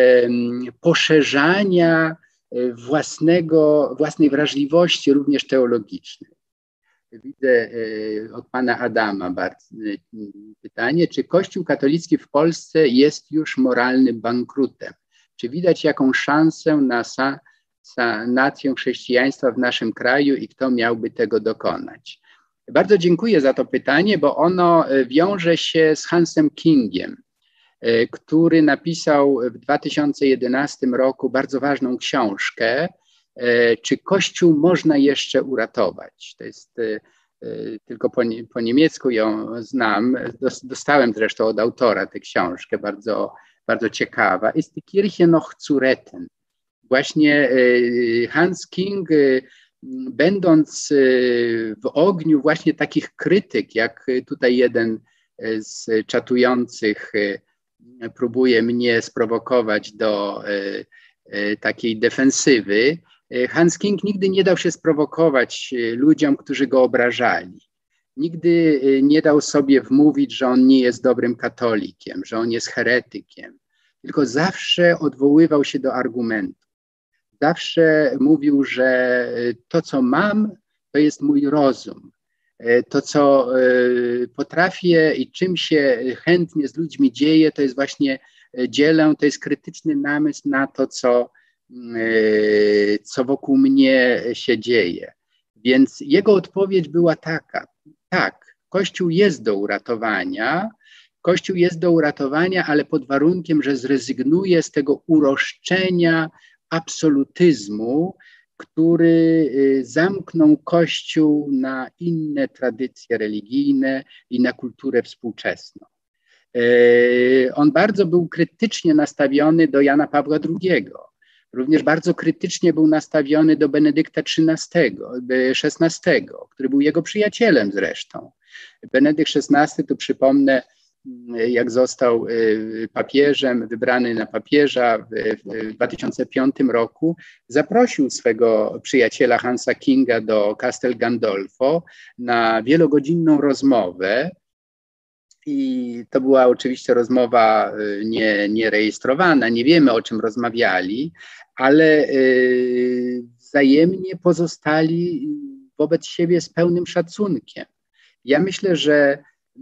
poszerzania własnego, własnej wrażliwości, również teologicznej. Widzę od pana Adama bardzo pytanie, czy Kościół katolicki w Polsce jest już moralnym bankrutem? Czy widać jakąś szansę na sanację chrześcijaństwa w naszym kraju i kto miałby tego dokonać? Bardzo dziękuję za to pytanie, bo ono wiąże się z Hansem Kingiem, który napisał w dwa tysiące jedenastym roku bardzo ważną książkę, czy Kościół można jeszcze uratować. To jest tylko po, po niemiecku ją znam, dostałem zresztą od autora tę książkę, bardzo, bardzo ciekawa. Ist die Kirche noch zu retten? Właśnie Hans King, będąc w ogniu właśnie takich krytyk, jak tutaj jeden z czatujących próbuje mnie sprowokować do takiej defensywy. Hans King nigdy nie dał się sprowokować ludziom, którzy go obrażali. Nigdy nie dał sobie wmówić, że on nie jest dobrym katolikiem, że on jest heretykiem, tylko zawsze odwoływał się do argumentów. Zawsze mówił, że to, co mam, to jest mój rozum. To, co potrafię i czym się chętnie z ludźmi dzieje, to jest właśnie dzielę, to jest krytyczny namysł na to, co, co wokół mnie się dzieje. Więc jego odpowiedź była taka, tak, Kościół jest do uratowania, Kościół jest do uratowania, ale pod warunkiem, że zrezygnuje z tego uroszczenia absolutyzmu, który zamknął Kościół na inne tradycje religijne i na kulturę współczesną. On bardzo był krytycznie nastawiony do Jana Pawła drugiego. Również bardzo krytycznie był nastawiony do Benedykta szesnastego, który był jego przyjacielem zresztą. Benedykt szesnasty, tu przypomnę, jak został papieżem, wybrany na papieża w dwa tysiące piątym roku, zaprosił swego przyjaciela Hansa Kinga do Castel Gandolfo na wielogodzinną rozmowę. I to była oczywiście rozmowa nie, nierejestrowana, nie wiemy, o czym rozmawiali, ale wzajemnie pozostali wobec siebie z pełnym szacunkiem. Ja myślę, że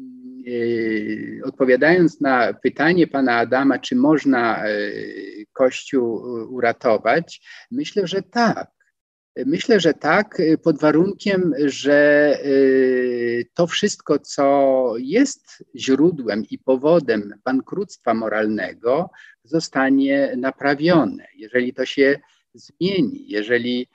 odpowiadając na pytanie pana Adama, czy można Kościół uratować, myślę, że tak. Myślę, że tak, pod warunkiem, że to wszystko, co jest źródłem i powodem bankructwa moralnego, zostanie naprawione. Jeżeli to się zmieni, jeżeli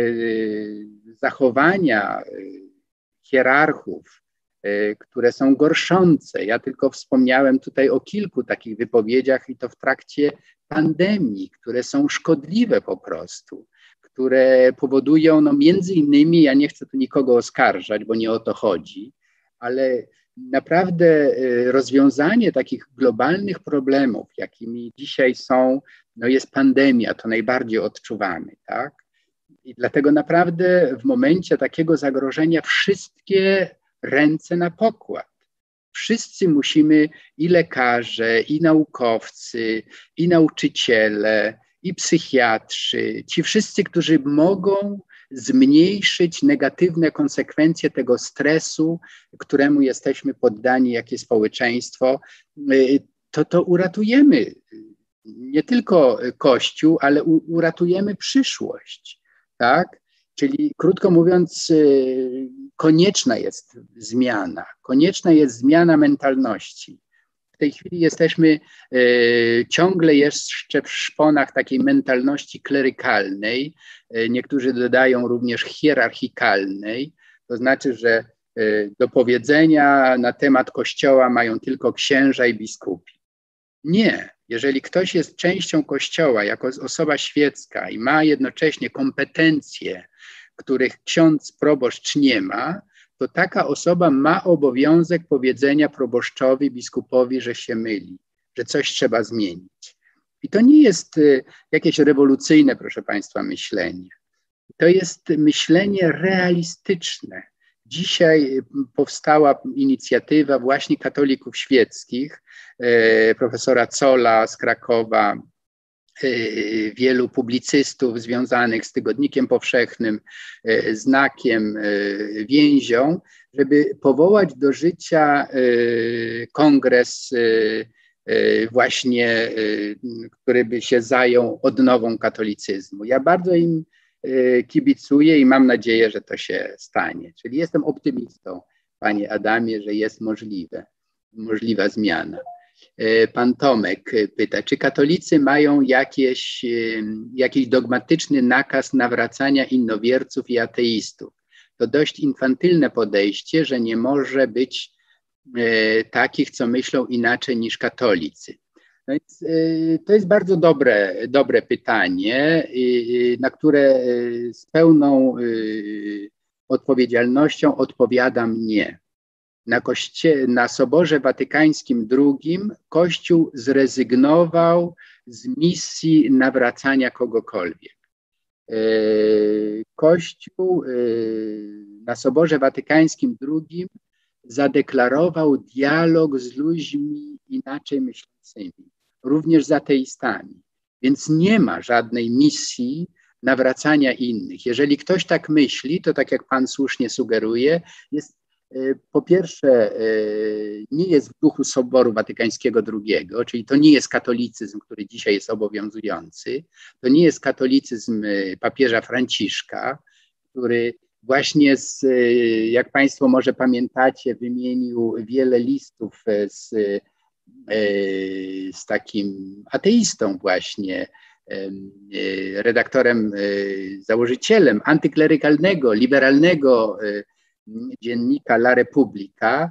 zachowania hierarchów, które są gorszące. Ja tylko wspomniałem tutaj o kilku takich wypowiedziach i to w trakcie pandemii, które są szkodliwe po prostu, które powodują, no między innymi, ja nie chcę tu nikogo oskarżać, bo nie o to chodzi, ale naprawdę rozwiązanie takich globalnych problemów, jakimi dzisiaj są, no jest pandemia, to najbardziej odczuwamy, tak? I dlatego naprawdę w momencie takiego zagrożenia wszystkie ręce na pokład. Wszyscy musimy, i lekarze, i naukowcy, i nauczyciele, i psychiatrzy, ci wszyscy, którzy mogą zmniejszyć negatywne konsekwencje tego stresu, któremu jesteśmy poddani, jakie społeczeństwo, to to uratujemy nie tylko Kościół, ale u, uratujemy przyszłość, tak? Czyli krótko mówiąc, konieczna jest zmiana, konieczna jest zmiana mentalności. W tej chwili jesteśmy ciągle jeszcze w szponach takiej mentalności klerykalnej, niektórzy dodają również hierarchikalnej, to znaczy, że do powiedzenia na temat Kościoła mają tylko księża i biskupi. Nie. Jeżeli ktoś jest częścią Kościoła jako osoba świecka i ma jednocześnie kompetencje, których ksiądz proboszcz nie ma, to taka osoba ma obowiązek powiedzenia proboszczowi, biskupowi, że się myli, że coś trzeba zmienić. I to nie jest jakieś rewolucyjne, proszę państwa, myślenie. To jest myślenie realistyczne. Dzisiaj powstała inicjatywa właśnie katolików świeckich, profesora Zolla z Krakowa, wielu publicystów związanych z Tygodnikiem Powszechnym, Znakiem, Więzią, żeby powołać do życia kongres właśnie, który by się zajął odnową katolicyzmu. Ja bardzo im kibicuję i mam nadzieję, że to się stanie. Czyli jestem optymistą, panie Adamie, że jest możliwe, możliwa zmiana. Pan Tomek pyta, czy katolicy mają jakieś, jakiś dogmatyczny nakaz nawracania innowierców i ateistów? To dość infantylne podejście, że nie może być takich, co myślą inaczej niż katolicy. No więc, to jest bardzo dobre, dobre pytanie, na które z pełną odpowiedzialnością odpowiadam nie. na, koście, na Soborze Watykańskim drugim Kościół zrezygnował z misji nawracania kogokolwiek. Kościół na Soborze Watykańskim drugim zadeklarował dialog z ludźmi inaczej myślącymi, również z ateistami. Więc nie ma żadnej misji nawracania innych. Jeżeli ktoś tak myśli, to tak jak pan słusznie sugeruje, jest po pierwsze nie jest w duchu Soboru Watykańskiego drugiego, czyli to nie jest katolicyzm, który dzisiaj jest obowiązujący, to nie jest katolicyzm papieża Franciszka, który właśnie, z, jak państwo może pamiętacie, wymienił wiele listów z, z takim ateistą właśnie, redaktorem, założycielem antyklerykalnego, liberalnego dziennika La Repubblica,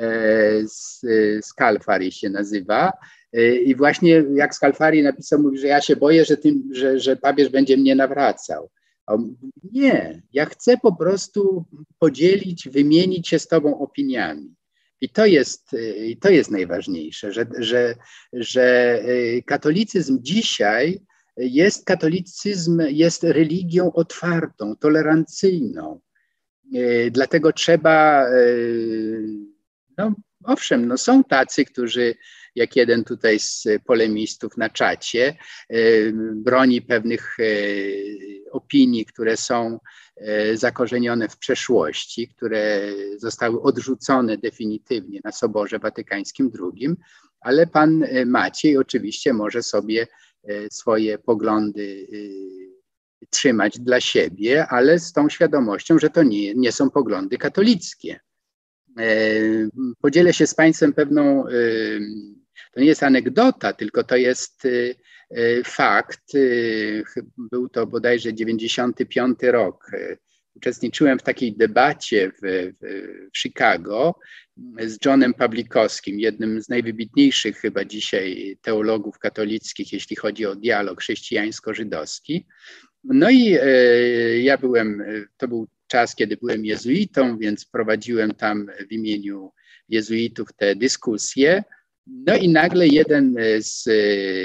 Scalfari się nazywa. I właśnie jak Scalfari napisał, mówi, że ja się boję, że, tym, że, że papież będzie mnie nawracał. Nie, ja chcę po prostu podzielić, wymienić się z tobą opiniami. I to jest, i to jest najważniejsze, że, że, że katolicyzm dzisiaj jest katolicyzm, jest religią otwartą, tolerancyjną. Dlatego trzeba, no owszem, no są tacy, którzy, jak jeden tutaj z polemistów na czacie, broni pewnych opinii, które są zakorzenione w przeszłości, które zostały odrzucone definitywnie na Soborze Watykańskim drugim, ale pan Maciej oczywiście może sobie swoje poglądy trzymać dla siebie, ale z tą świadomością, że to nie, nie są poglądy katolickie. Podzielę się z państwem pewną, to nie jest anegdota, tylko to jest fakt. Był to bodajże dziewięćdziesiąty piąty rok. Uczestniczyłem w takiej debacie w, w, w Chicago z Johnem Pawlikowskim, jednym z najwybitniejszych chyba dzisiaj teologów katolickich, jeśli chodzi o dialog chrześcijańsko-żydowski. No i e, ja byłem, to był czas, kiedy byłem jezuitą, więc prowadziłem tam w imieniu jezuitów te dyskusje. No i nagle jeden z e,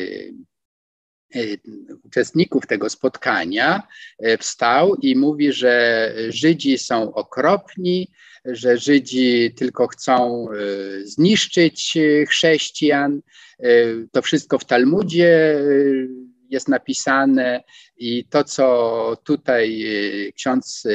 uczestników tego spotkania wstał i mówi, że Żydzi są okropni, że Żydzi tylko chcą zniszczyć chrześcijan. To wszystko w Talmudzie jest napisane i to, co tutaj ksiądz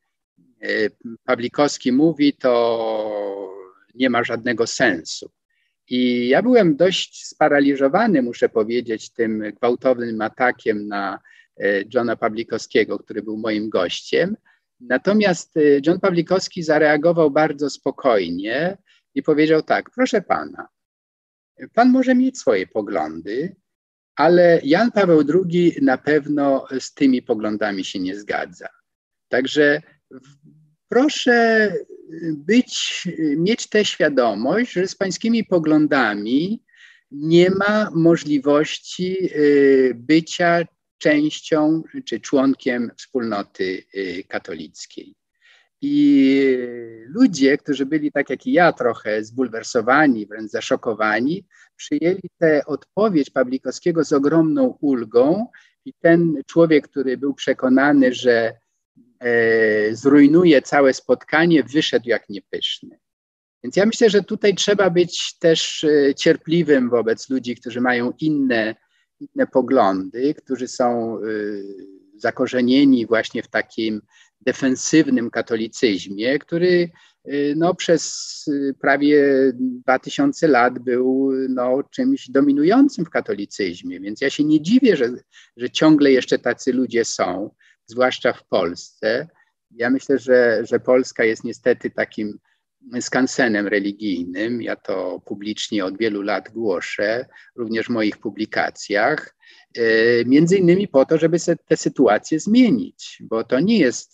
Pawlikowski mówi, to nie ma żadnego sensu. I ja byłem dość sparaliżowany, muszę powiedzieć, tym gwałtownym atakiem na Johna Pawlikowskiego, który był moim gościem. Natomiast John Pawlikowski zareagował bardzo spokojnie i powiedział tak: proszę pana, pan może mieć swoje poglądy, ale Jan Paweł drugi na pewno z tymi poglądami się nie zgadza. Także proszę być, mieć tę świadomość, że z pańskimi poglądami nie ma możliwości bycia częścią czy członkiem wspólnoty katolickiej. I ludzie, którzy byli tak jak i ja trochę zbulwersowani, wręcz zaszokowani, przyjęli tę odpowiedź Pawlikowskiego z ogromną ulgą i ten człowiek, który był przekonany, że e, zrujnuje całe spotkanie, wyszedł jak niepyszny. Więc ja myślę, że tutaj trzeba być też cierpliwym wobec ludzi, którzy mają inne, inne poglądy, którzy są y, zakorzenieni właśnie w takim defensywnym katolicyzmie, który y, no, przez prawie dwa tysiące lat był no, czymś dominującym w katolicyzmie. Więc ja się nie dziwię, że, że ciągle jeszcze tacy ludzie są, zwłaszcza w Polsce. Ja myślę, że, że Polska jest niestety takim skansenem religijnym. Ja to publicznie od wielu lat głoszę, również w moich publikacjach, między innymi po to, żeby tę sytuację zmienić, bo to nie jest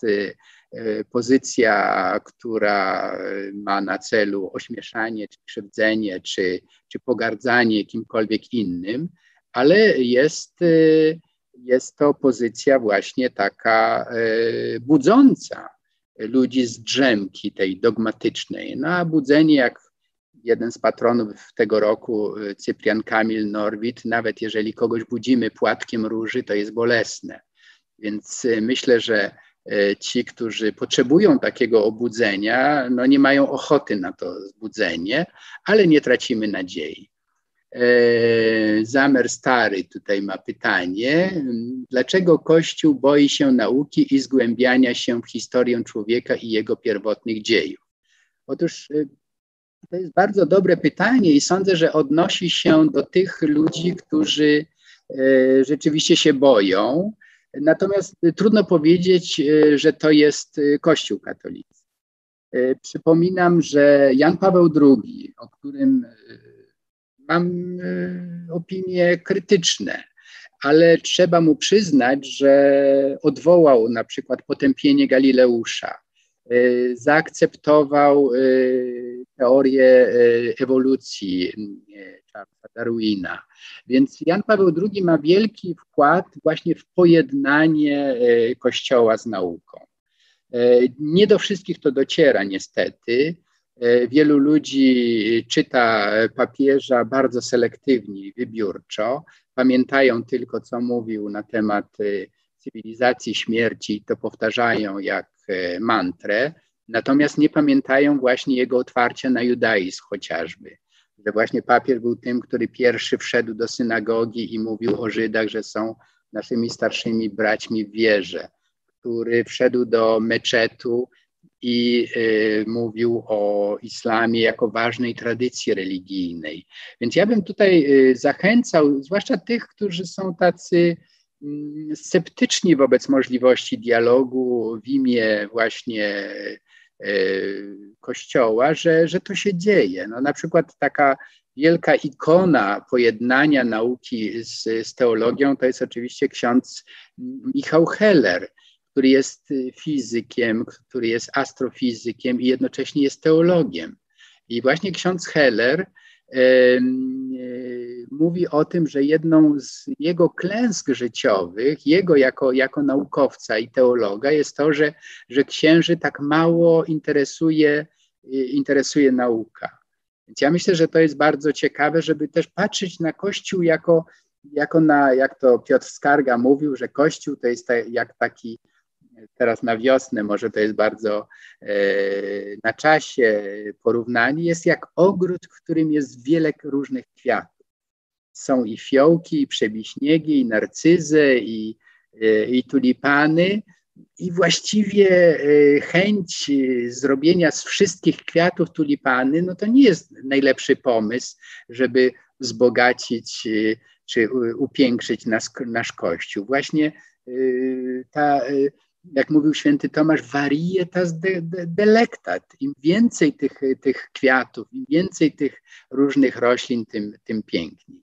pozycja, która ma na celu ośmieszanie, czy krzywdzenie, czy, czy pogardzanie kimkolwiek innym, ale jest, jest to pozycja właśnie taka budząca. ludzi z drzemki tej dogmatycznej. No a budzenie, jak jeden z patronów tego roku, Cyprian Kamil Norwid, nawet jeżeli kogoś budzimy płatkiem róży, to jest bolesne. Więc myślę, że ci, którzy potrzebują takiego obudzenia, no nie mają ochoty na to zbudzenie, ale nie tracimy nadziei. Zamer Stary tutaj ma pytanie. Dlaczego Kościół boi się nauki i zgłębiania się w historię człowieka i jego pierwotnych dziejów? Otóż to jest bardzo dobre pytanie i sądzę, że odnosi się do tych ludzi, którzy rzeczywiście się boją. Natomiast trudno powiedzieć, że to jest Kościół katolicki. Przypominam, że Jan Paweł drugi, o którym mam opinie krytyczne, ale trzeba mu przyznać, że odwołał na przykład potępienie Galileusza, zaakceptował teorię ewolucji Charlesa Darwina. Więc Jan Paweł drugi ma wielki wkład właśnie w pojednanie Kościoła z nauką. Nie do wszystkich to dociera niestety. Wielu ludzi czyta papieża bardzo selektywnie, wybiórczo. Pamiętają tylko, co mówił na temat cywilizacji śmierci i to powtarzają jak mantrę. Natomiast nie pamiętają właśnie jego otwarcia na judaizm chociażby. Że właśnie papież był tym, który pierwszy wszedł do synagogi i mówił o Żydach, że są naszymi starszymi braćmi w wierze. Który wszedł do meczetu i y, mówił o islamie jako ważnej tradycji religijnej. Więc ja bym tutaj y, zachęcał, zwłaszcza tych, którzy są tacy y, sceptyczni wobec możliwości dialogu w imię właśnie y, Kościoła, że, że to się dzieje. No, na przykład taka wielka ikona pojednania nauki z, z teologią to jest oczywiście ksiądz Michał Heller, który jest fizykiem, który jest astrofizykiem i jednocześnie jest teologiem. I właśnie ksiądz Heller e, e, mówi o tym, że jedną z jego klęsk życiowych, jego jako, jako naukowca i teologa jest to, że, że księży tak mało interesuje, interesuje nauka. Więc ja myślę, że to jest bardzo ciekawe, żeby też patrzeć na Kościół jako, jako na, jak to Piotr Skarga mówił, że Kościół to jest ta, jak taki, teraz na wiosnę, może to jest bardzo e, na czasie porównanie, jest jak ogród, w którym jest wiele różnych kwiatów. Są i fiołki, i przebiśniegi, i narcyzy, i, e, i tulipany. I właściwie e, chęć zrobienia z wszystkich kwiatów tulipany, no to nie jest najlepszy pomysł, żeby wzbogacić e, czy upiększyć nas, nasz Kościół. Właśnie e, ta... E, jak mówił święty Tomasz, varietas de, de, delectat. Im więcej tych, tych kwiatów, im więcej tych różnych roślin, tym, tym piękniej.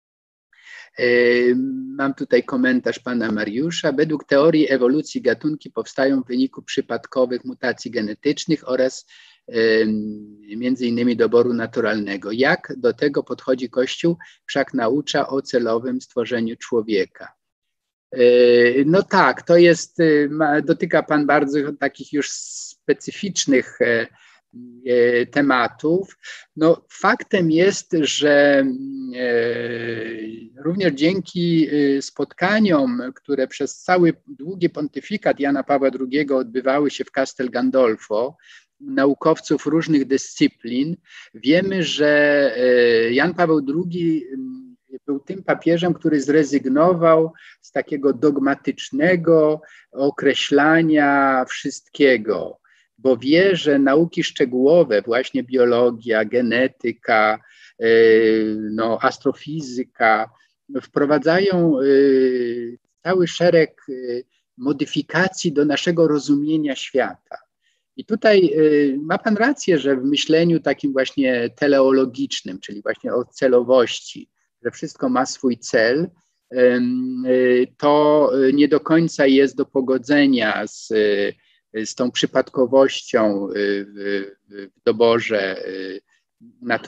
E, mam tutaj komentarz pana Mariusza. Według teorii ewolucji gatunki powstają w wyniku przypadkowych mutacji genetycznych oraz e, między innymi doboru naturalnego. Jak do tego podchodzi Kościół? Wszak naucza o celowym stworzeniu człowieka. No tak, to jest, dotyka pan bardzo takich już specyficznych tematów. No, faktem jest, że również dzięki spotkaniom, które przez cały długi pontyfikat Jana Pawła drugiego odbywały się w Castel Gandolfo, naukowców różnych dyscyplin, wiemy, że Jan Paweł drugi był tym papieżem, który zrezygnował z takiego dogmatycznego określania wszystkiego, bo wie, że nauki szczegółowe, właśnie biologia, genetyka, no, astrofizyka, wprowadzają cały szereg modyfikacji do naszego rozumienia świata. I tutaj ma pan rację, że w myśleniu takim właśnie teleologicznym, czyli właśnie o celowości, że wszystko ma swój cel, to nie do końca jest do pogodzenia z, z tą przypadkowością w, w doborze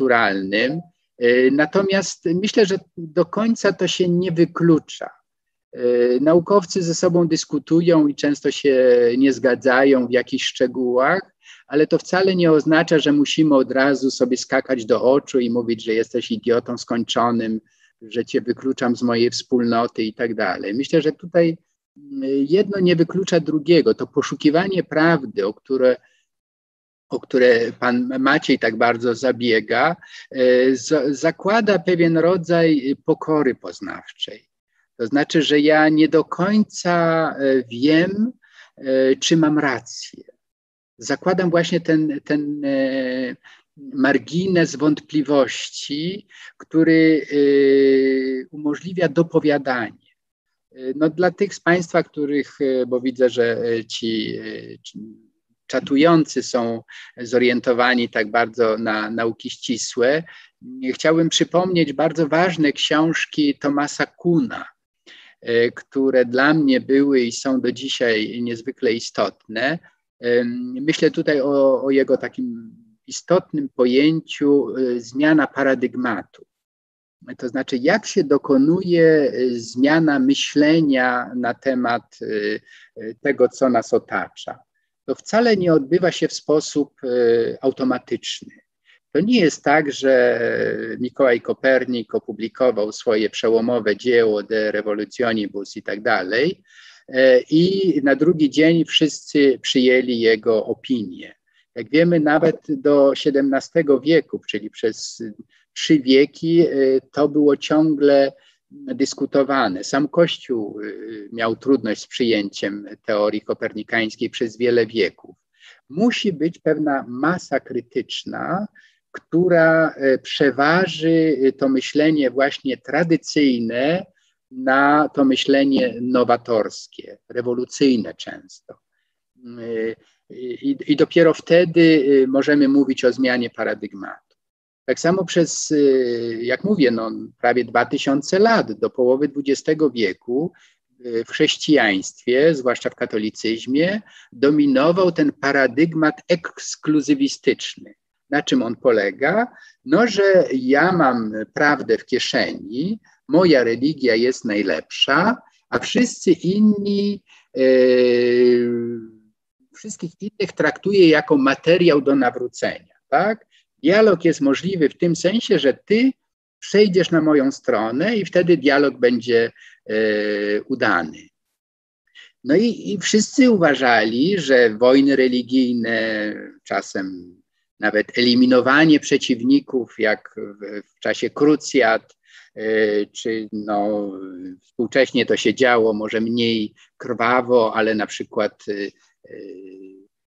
naturalnym. Natomiast myślę, że do końca to się nie wyklucza. Naukowcy ze sobą dyskutują i często się nie zgadzają w jakichś szczegółach, ale to wcale nie oznacza, że musimy od razu sobie skakać do oczu i mówić, że jesteś idiotą skończonym, że cię wykluczam z mojej wspólnoty i tak dalej. Myślę, że tutaj jedno nie wyklucza drugiego. To poszukiwanie prawdy, o które, o które pan Maciej tak bardzo zabiega, z, zakłada pewien rodzaj pokory poznawczej. To znaczy, że ja nie do końca wiem, czy mam rację. Zakładam właśnie ten, ten margines wątpliwości, który umożliwia dopowiadanie. No, dla tych z Państwa, których, bo widzę, że ci, ci czatujący są zorientowani tak bardzo na nauki ścisłe, chciałbym przypomnieć bardzo ważne książki Thomasa Kuhna, które dla mnie były i są do dzisiaj niezwykle istotne. Myślę tutaj o, o jego takim istotnym pojęciu zmiana paradygmatu. To znaczy, jak się dokonuje zmiana myślenia na temat tego, co nas otacza. To wcale nie odbywa się w sposób automatyczny. To nie jest tak, że Mikołaj Kopernik opublikował swoje przełomowe dzieło De Revolutionibus i tak dalej i na drugi dzień wszyscy przyjęli jego opinię. Jak wiemy, nawet do siedemnastego wieku, czyli przez trzy wieki, to było ciągle dyskutowane. Sam Kościół miał trudność z przyjęciem teorii kopernikańskiej przez wiele wieków. Musi być pewna masa krytyczna, która przeważy to myślenie właśnie tradycyjne na to myślenie nowatorskie, rewolucyjne często. I, i dopiero wtedy możemy mówić o zmianie paradygmatu. Tak samo przez, jak mówię, no, prawie dwa tysiące lat, do połowy dwudziestego wieku w chrześcijaństwie, zwłaszcza w katolicyzmie, dominował ten paradygmat ekskluzywistyczny. Na czym on polega? No, że ja mam prawdę w kieszeni, moja religia jest najlepsza, a wszyscy inni, e, wszystkich innych traktuję jako materiał do nawrócenia, tak? Dialog jest możliwy w tym sensie, że ty przejdziesz na moją stronę i wtedy dialog będzie e, udany. No i, i wszyscy uważali, że wojny religijne, czasem nawet eliminowanie przeciwników, jak w, w czasie krucjat, y, czy no, współcześnie to się działo może mniej krwawo, ale na przykład y, y,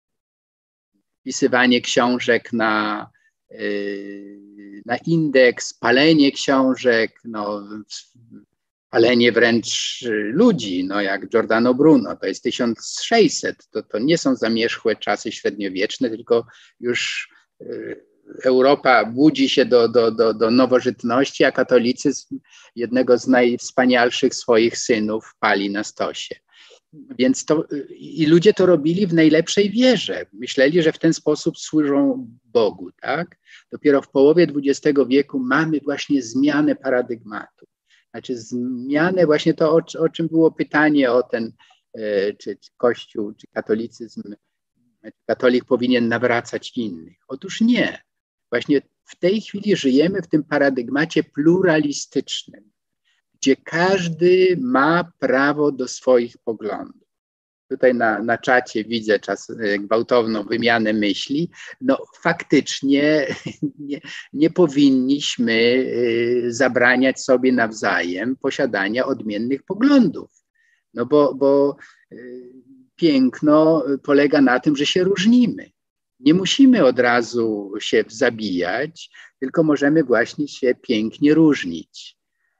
wpisywanie książek na, y, na indeks, palenie książek, no, palenie wręcz ludzi, no jak Giordano Bruno, to jest tysiąc sześćset, to, to nie są zamierzchłe czasy średniowieczne, tylko już y, Europa budzi się do, do, do, do nowożytności, a katolicyzm jednego z najwspanialszych swoich synów pali na stosie. Więc to, i ludzie to robili w najlepszej wierze. Myśleli, że w ten sposób służą Bogu, tak? Dopiero w połowie dwudziestego wieku mamy właśnie zmianę paradygmatu. Znaczy zmianę, właśnie to, o, o czym było pytanie o ten, e, czy, czy Kościół, czy katolicyzm, katolik powinien nawracać innych. Otóż nie. Właśnie w tej chwili żyjemy w tym paradygmacie pluralistycznym, gdzie każdy ma prawo do swoich poglądów. Tutaj na, na czacie widzę czas, gwałtowną wymianę myśli. No faktycznie nie, nie powinniśmy y, zabraniać sobie nawzajem posiadania odmiennych poglądów. No bo, bo y, piękno polega na tym, że się różnimy. Nie musimy od razu się zabijać, tylko możemy właśnie się pięknie różnić.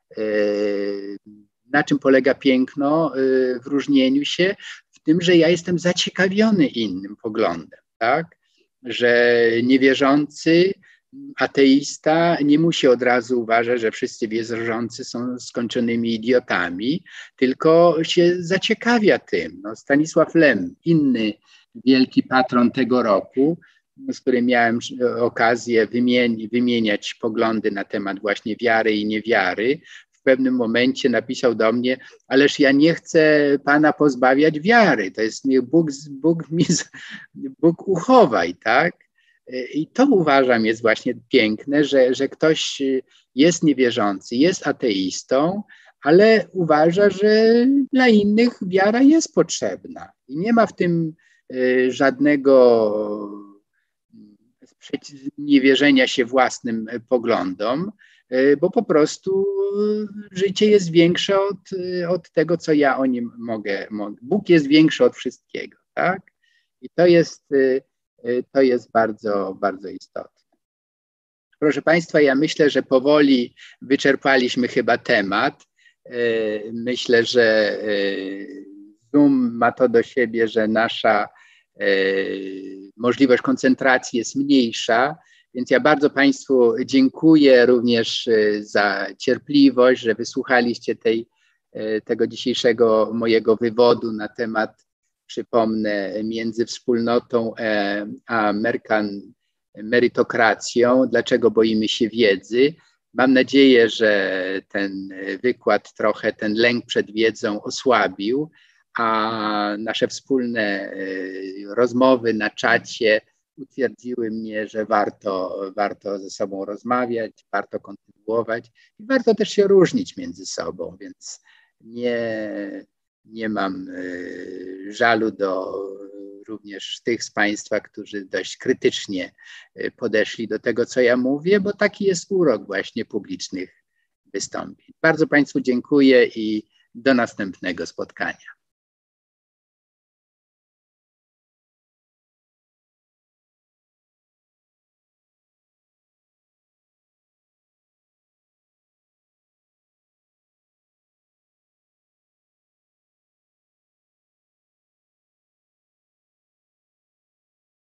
Y, na czym polega piękno y, w różnieniu się? W tym, że ja jestem zaciekawiony innym poglądem, tak? Że niewierzący, ateista nie musi od razu uważać, że wszyscy wierzący są skończonymi idiotami, tylko się zaciekawia tym. No, Stanisław Lem, inny wielki patron tego roku, z którym miałem okazję wymieni- wymieniać poglądy na temat właśnie wiary i niewiary, pewnym momencie napisał do mnie, ależ ja nie chcę Pana pozbawiać wiary, to jest niech Bóg, Bóg mi, Bóg uchowaj, tak? I to uważam jest właśnie piękne, że, że ktoś jest niewierzący, jest ateistą, ale uważa, że dla innych wiara jest potrzebna i nie ma w tym żadnego niewierzenia się własnym poglądom, bo po prostu życie jest większe od, od tego, co ja o nim mogę, mogę. Bóg jest większy od wszystkiego, tak? I to jest, to jest bardzo, bardzo istotne. Proszę Państwa, ja myślę, że powoli wyczerpaliśmy chyba temat. Myślę, że Zoom ma to do siebie, że nasza możliwość koncentracji jest mniejsza, więc ja bardzo Państwu dziękuję również za cierpliwość, że wysłuchaliście tej, tego dzisiejszego mojego wywodu na temat, przypomnę, między wspólnotą a Amerykan merytokracją, dlaczego boimy się wiedzy. Mam nadzieję, że ten wykład trochę ten lęk przed wiedzą osłabił, a nasze wspólne rozmowy na czacie utwierdziły mnie, że warto, warto ze sobą rozmawiać, warto kontynuować i warto też się różnić między sobą, więc nie, nie mam żalu do również tych z Państwa, którzy dość krytycznie podeszli do tego, co ja mówię, bo taki jest urok właśnie publicznych wystąpień. Bardzo Państwu dziękuję i do następnego spotkania.